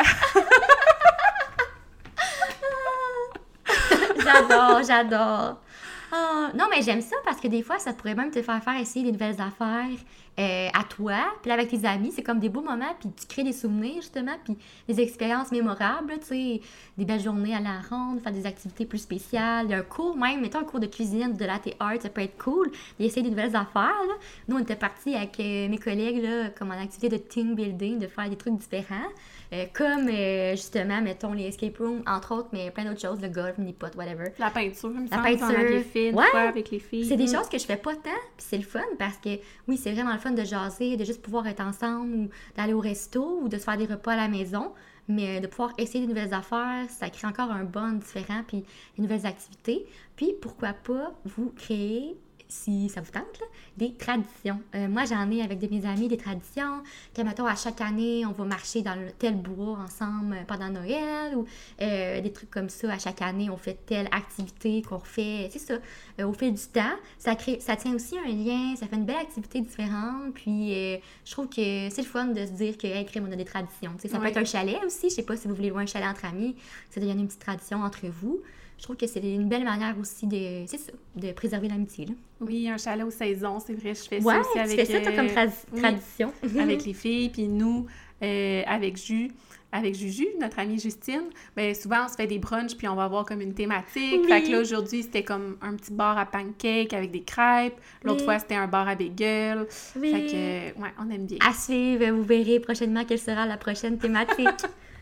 J'adore! Oh, non, mais j'aime ça parce que des fois, ça pourrait même te faire essayer des nouvelles affaires à toi. Puis là, avec tes amis, c'est comme des beaux moments, puis tu crées des souvenirs, justement, puis des expériences mémorables, tu sais, des belles journées à la ronde, faire des activités plus spéciales. Il y a un cours même, mettons un cours de cuisine, de latte art, ça peut être cool d'essayer des nouvelles affaires, là. Nous, on était partis avec mes collègues, là, comme en activité de team building, de faire des trucs différents. Comme, justement, mettons, les escape rooms, entre autres, mais plein d'autres choses, le golf, mini-pot, whatever. La peinture, il me semble, dans la filles, avec les filles. C'est des choses que je fais pas tant, puis c'est le fun, parce que, oui, c'est vraiment le fun de jaser, de juste pouvoir être ensemble, ou d'aller au resto, ou de se faire des repas à la maison, mais de pouvoir essayer des nouvelles affaires, ça crée encore un bond différent, puis des nouvelles activités. Puis, pourquoi pas vous créer, si ça vous tente, là, des traditions. Moi, j'en ai avec de mes amis des traditions, que, mettons, à chaque année, on va marcher dans tel bois ensemble pendant Noël, ou des trucs comme ça. À chaque année, on fait telle activité qu'on refait, c'est ça, au fil du temps. Ça tient aussi un lien, ça fait une belle activité différente, puis je trouve que c'est le fun de se dire que, hey, crème, on a des traditions. T'sais, ça peut être un chalet aussi, je sais pas si vous voulez louer un chalet entre amis, ça devient une petite tradition entre vous. Je trouve que c'est une belle manière aussi de préserver l'amitié, là. Oui, un chalet aux saisons, c'est vrai, je fais ça aussi avec... tu fais ça, toi, comme tradition. Avec les filles, puis nous, avec Juju, notre amie Justine, bien, souvent, on se fait des brunchs, puis on va avoir comme une thématique. Fait que là, aujourd'hui, c'était comme un petit bar à pancakes avec des crêpes. L'autre fois, c'était un bar à bagel. Fait que, ouais, on aime bien. À suivre, vous verrez prochainement quelle sera la prochaine thématique.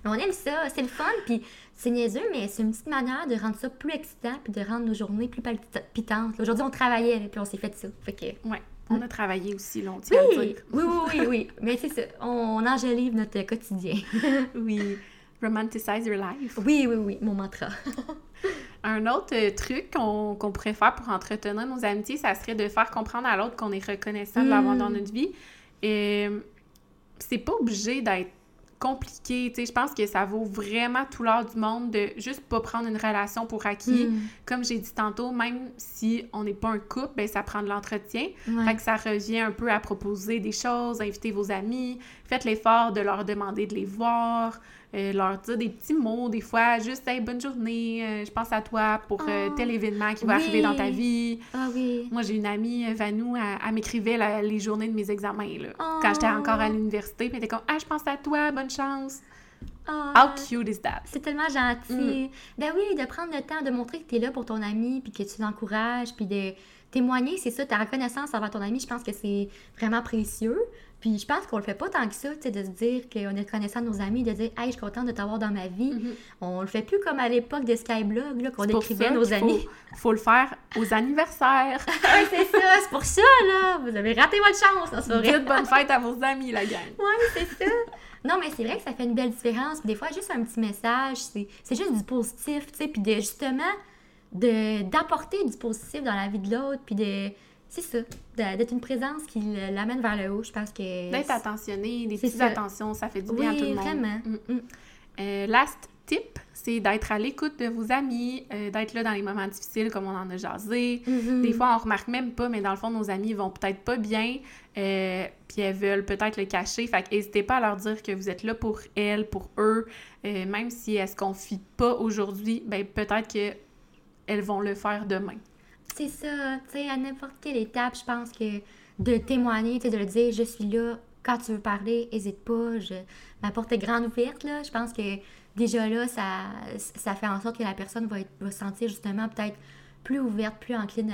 Mais on aime ça, c'est le fun, puis c'est niaiseux, mais c'est une petite manière de rendre ça plus excitant, puis de rendre nos journées plus palpitantes. Aujourd'hui, on travaillait, puis on s'est fait ça. Fait que... Ouais, on a travaillé aussi, là, on tient à le dire. Oui. Mais c'est ça, on enjolive notre quotidien. Oui. Romanticize your life. Oui, mon mantra. Un autre truc qu'on pourrait faire pour entretenir nos amitiés, ça serait de faire comprendre à l'autre qu'on est reconnaissant de l'avoir dans notre vie. Et c'est pas obligé d'être compliqué, tu sais, je pense que ça vaut vraiment tout l'or du monde de juste pas prendre une relation pour acquis. Comme j'ai dit tantôt, même si on n'est pas un couple, ben ça prend de l'entretien. Fait que ça revient un peu à proposer des choses, inviter vos amis, faites l'effort de leur demander de les voir, leur dire des petits mots, des fois, juste « Hey, bonne journée, je pense à toi pour tel événement qui va arriver dans ta vie. » Ah oui. Moi, j'ai une amie, Vanou, elle m'écrivait les journées de mes examens, là, quand j'étais encore à l'université, puis elle était comme « Ah, je pense à toi, bonne chance. » How cute is that? C'est tellement gentil. Ben oui, de prendre le temps de montrer que tu es là pour ton ami, puis que tu l'encourages, puis de témoigner, c'est ça, ta reconnaissance envers ton ami, je pense que c'est vraiment précieux. Puis je pense qu'on le fait pas tant que ça, tu sais, de se dire qu'on est reconnaissant de nos amis, de dire « Hey, je suis contente de t'avoir dans ma vie. On le fait plus comme à l'époque de Skyblog, là, qu'on écrivait nos amis. Faut le faire aux anniversaires. Oui, c'est ça, c'est pour ça, là. Vous avez raté votre chance, ça serait. Dites bonne fête à vos amis, la gang. Oui, c'est ça. Non, mais c'est vrai que ça fait une belle différence. Puis des fois, juste un petit message, c'est juste du positif, tu sais, puis justement, d'apporter du positif dans la vie de l'autre, puis c'est ça, d'être une présence qui l'amène vers le haut, je pense que... D'être attentionné, des petites attentions, ça fait du bien à tout le monde. Oui, vraiment. Last tip, c'est d'être à l'écoute de vos amis, d'être là dans les moments difficiles, comme on en a jasé. Des fois, on remarque même pas, mais dans le fond, nos amis vont peut-être pas bien, puis elles veulent peut-être le cacher. Fait que n'hésitez pas à leur dire que vous êtes là pour elles, pour eux. Même si elles se confient pas aujourd'hui, ben peut-être qu'elles vont le faire demain. C'est ça, tu sais, à n'importe quelle étape, je pense que de témoigner, tu sais, de le dire, je suis là, quand tu veux parler, n'hésite pas, ma porte est grande ouverte, là. Je pense que déjà là, ça fait en sorte que la personne va se sentir justement peut-être plus ouverte, plus encline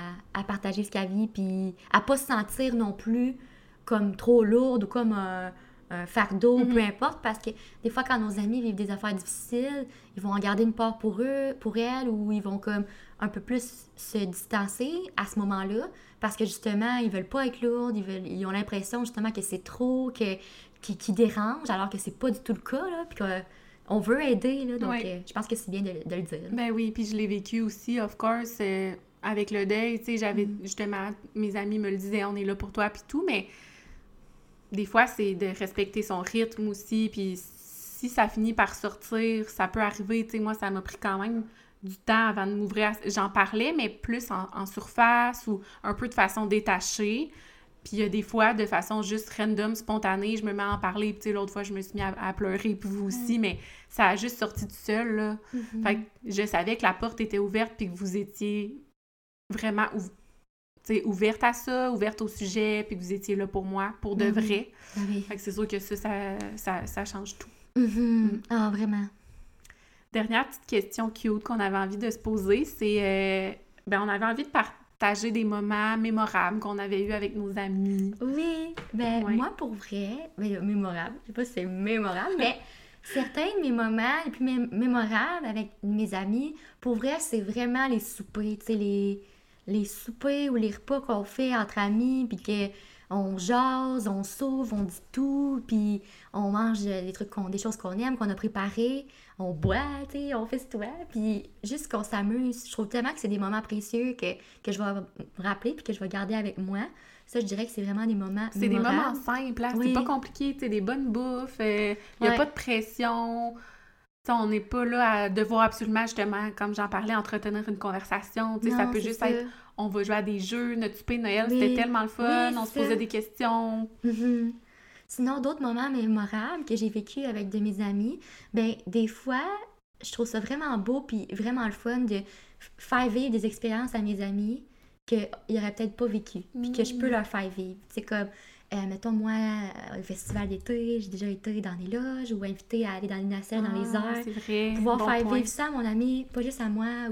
à partager ce qu'elle vit, puis à pas se sentir non plus comme trop lourde ou comme un fardeau, peu importe, parce que des fois, quand nos amis vivent des affaires difficiles, ils vont en garder une part pour eux, pour elles, ou ils vont comme un peu plus se distancer à ce moment-là, parce que justement, ils veulent pas être lourds, ils ont l'impression justement que c'est trop, qui dérange, alors que c'est pas du tout le cas, là, puis qu'on veut aider, là, donc je pense que c'est bien de le dire. Ben oui, puis je l'ai vécu aussi, of course, avec le deuil, tu sais, j'avais justement, mes amis me le disaient, on est là pour toi, puis tout, mais des fois, c'est de respecter son rythme aussi, puis si ça finit par sortir, ça peut arriver, tu sais, moi, ça m'a pris quand même du temps avant de m'ouvrir. J'en parlais, mais plus en surface ou un peu de façon détachée. Puis il y a des fois, de façon juste random, spontanée, je me mets à en parler, puis tu sais, l'autre fois, je me suis mis à pleurer, puis vous aussi, mais ça a juste sorti tout seul, là. Fait que je savais que la porte était ouverte, puis que vous étiez vraiment ouverte à ça, ouverte au sujet, puis que vous étiez là pour moi, pour de vrai. Fait que c'est sûr que ça change tout. Ah, vraiment. Dernière petite question cute qu'on avait envie de se poser, c'est... on avait envie de partager des moments mémorables qu'on avait eus avec nos amis. Oui, moi, pour vrai, mémorable, je sais pas si c'est mémorable, mais certains de mes moments les plus mémorables avec mes amis, pour vrai, c'est vraiment les soupers, tu sais, les soupers ou les repas qu'on fait entre amis, puis qu'on jase, on sauve, on dit tout, puis on mange des choses qu'on aime, qu'on a préparées, on boit, tu sais, on festoie, puis juste qu'on s'amuse. Je trouve tellement que c'est des moments précieux que je vais me rappeler puis que je vais garder avec moi. Ça, je dirais que c'est vraiment des moments mémorables. C'est des moments simples, hein? C'est pas compliqué, tu sais, des bonnes bouffes, il n'y a pas de pression. T'sais, on n'est pas là à devoir absolument, justement, comme j'en parlais, entretenir une conversation. Non, ça peut juste être, on va jouer à des jeux, notre souper de Noël, c'était tellement le fun, on se posait des questions. Sinon, d'autres moments mémorables que j'ai vécu avec de mes amis, des fois, je trouve ça vraiment beau puis vraiment le fun de faire vivre des expériences à mes amis qu'ils n'auraient peut-être pas vécues, puis que je peux leur faire vivre. C'est comme... mettons, moi, au festival d'été, j'ai déjà été dans les loges ou invitée à aller dans les nacelles, dans les airs. C'est vrai. Pouvoir faire vivre ça à mon ami, pas juste à moi. Ou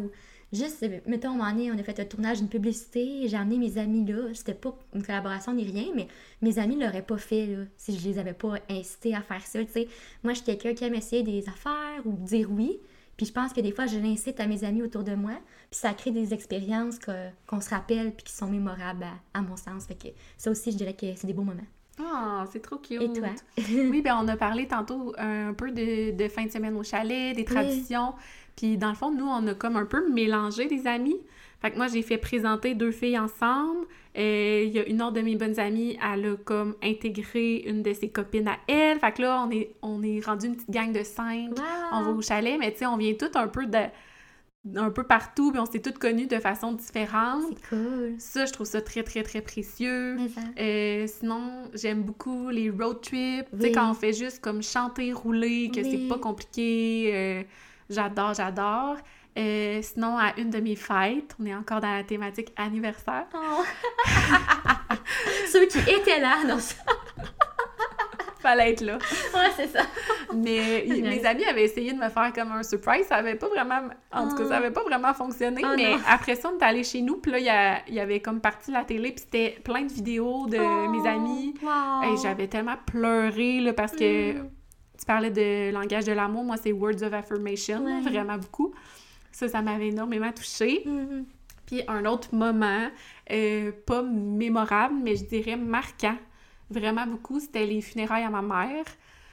Juste, mettons, à un moment donné, on a fait un tournage d'une publicité, j'ai amené mes amis là. C'était pas une collaboration ni rien, mais mes amis l'auraient pas fait là, si je les avais pas incités à faire ça, tu sais. Moi, je suis quelqu'un qui aime essayer des affaires ou dire oui. Puis je pense que des fois, je l'incite à mes amis autour de moi. Puis ça crée des expériences qu'on se rappelle puis qui sont mémorables à mon sens. Fait que ça aussi, je dirais que c'est des beaux moments. Ah, c'est trop cute! Et toi? Oui, ben on a parlé tantôt un peu de fin de semaine au chalet, des traditions. Puis dans le fond, nous, on a comme un peu mélangé des amis. Fait que moi, j'ai fait présenter 2 filles ensemble. Il y a une autre de mes bonnes amies, elle a comme intégré une de ses copines à elle. Fait que là, on est rendu une petite gang de 5. Wow! On va au chalet, mais tu sais, on vient toutes un peu partout, puis on s'est toutes connues de façon différente. C'est cool! Ça, je trouve ça très, très, très précieux. Mais ça... Sinon, j'aime beaucoup les road trips. Tu sais, Oui. quand on fait juste comme chanter, rouler, que Oui. c'est pas compliqué. J'adore. Sinon, à une de mes fêtes, on est encore dans la thématique anniversaire. Oh. Ceux qui étaient là, non, ça... Fallait être là. Ouais, c'est ça. Mais mes amis avaient essayé de me faire comme un surprise. Ça avait pas vraiment... En tout cas, ça avait pas vraiment fonctionné. Oh, mais non. après ça, on est allé chez nous. Puis là, il y avait comme parti la télé. Puis c'était plein de vidéos de mes amis. Wow. Et j'avais tellement pleuré, là, parce que tu parlais de langage de l'amour. Moi, c'est Words of Affirmation, Ouais. vraiment beaucoup. Ça m'avait énormément touchée. Mm-hmm. Puis un autre moment, pas mémorable, mais je dirais marquant, vraiment beaucoup, c'était les funérailles à ma mère.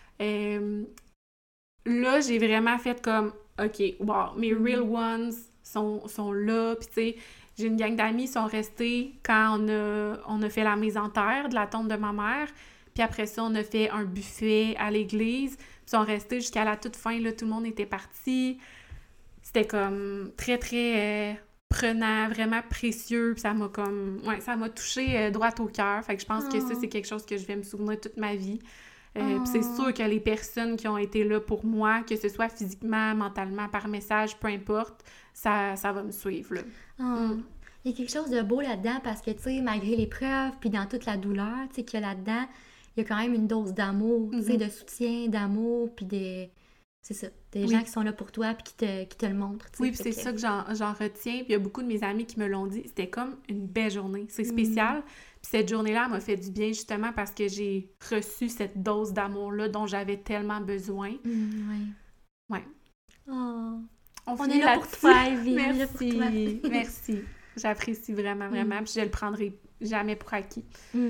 Là, j'ai vraiment fait comme, OK, wow, mes real ones sont là. Puis tu sais, j'ai une gang d'amis qui sont restés quand on a fait la mise en terre de la tombe de ma mère. Puis après ça, on a fait un buffet à l'église. Puis ils sont restés jusqu'à la toute fin, là, tout le monde était parti. C'était comme très, très prenant, vraiment précieux. Puis ça m'a comme... Ouais, ça m'a touché droit au cœur. Fait que je pense que ça, c'est quelque chose que je vais me souvenir toute ma vie. Puis c'est sûr que les personnes qui ont été là pour moi, que ce soit physiquement, mentalement, par message, peu importe, ça va me suivre, là. Il y a quelque chose de beau là-dedans parce que, tu sais, malgré l'épreuve, puis dans toute la douleur, tu sais, qu'il y a là-dedans, il y a quand même une dose d'amour, tu sais, de soutien, d'amour, puis des... C'est ça, des gens qui sont là pour toi puis qui te le montrent. Oui, puis c'est ça que j'en retiens. Puis il y a beaucoup de mes amis qui me l'ont dit. C'était comme une belle journée. C'est spécial. Puis cette journée-là, elle m'a fait du bien justement parce que j'ai reçu cette dose d'amour-là dont j'avais tellement besoin. Ouais. Oh. On est là pour toi, Evie. Merci. Merci. J'apprécie vraiment, vraiment. Puis je le prendrai jamais pour acquis.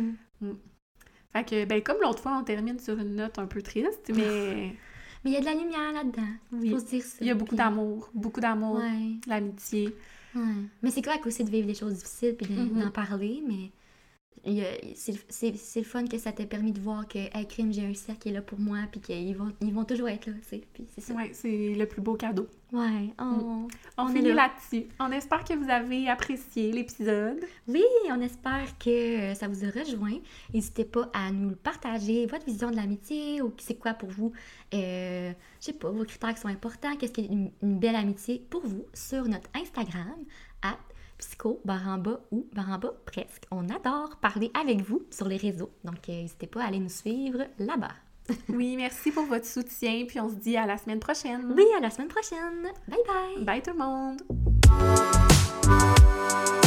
Fait que, ben, comme l'autre fois, on termine sur une note un peu triste, mais... Mais il y a de la lumière là-dedans. Oui. Faut se dire ça. Il y a beaucoup d'amour, Ouais. l'amitié. Ouais. Mais c'est correct aussi de vivre des choses difficiles puis d'en parler, mais c'est le fun que ça t'a permis de voir que, hey, crime, j'ai un cercle qui est là pour moi puis qu'ils vont toujours être là, tu sais. Puis c'est ça. Ouais, c'est le plus beau cadeau. Ouais. Oh. On finit là-dessus. On espère que vous avez apprécié l'épisode. Oui, on espère que ça vous a rejoint. N'hésitez pas à nous partager votre vision de l'amitié ou c'est quoi pour vous, je sais pas, vos critères qui sont importants, qu'est-ce qu'est une belle amitié pour vous sur notre Instagram, @psycho__ ou _ presque. On adore parler avec vous sur les réseaux, donc n'hésitez pas à aller nous suivre là-bas. Oui, merci pour votre soutien, puis on se dit à la semaine prochaine. Oui, à la semaine prochaine. Bye bye! Bye tout le monde!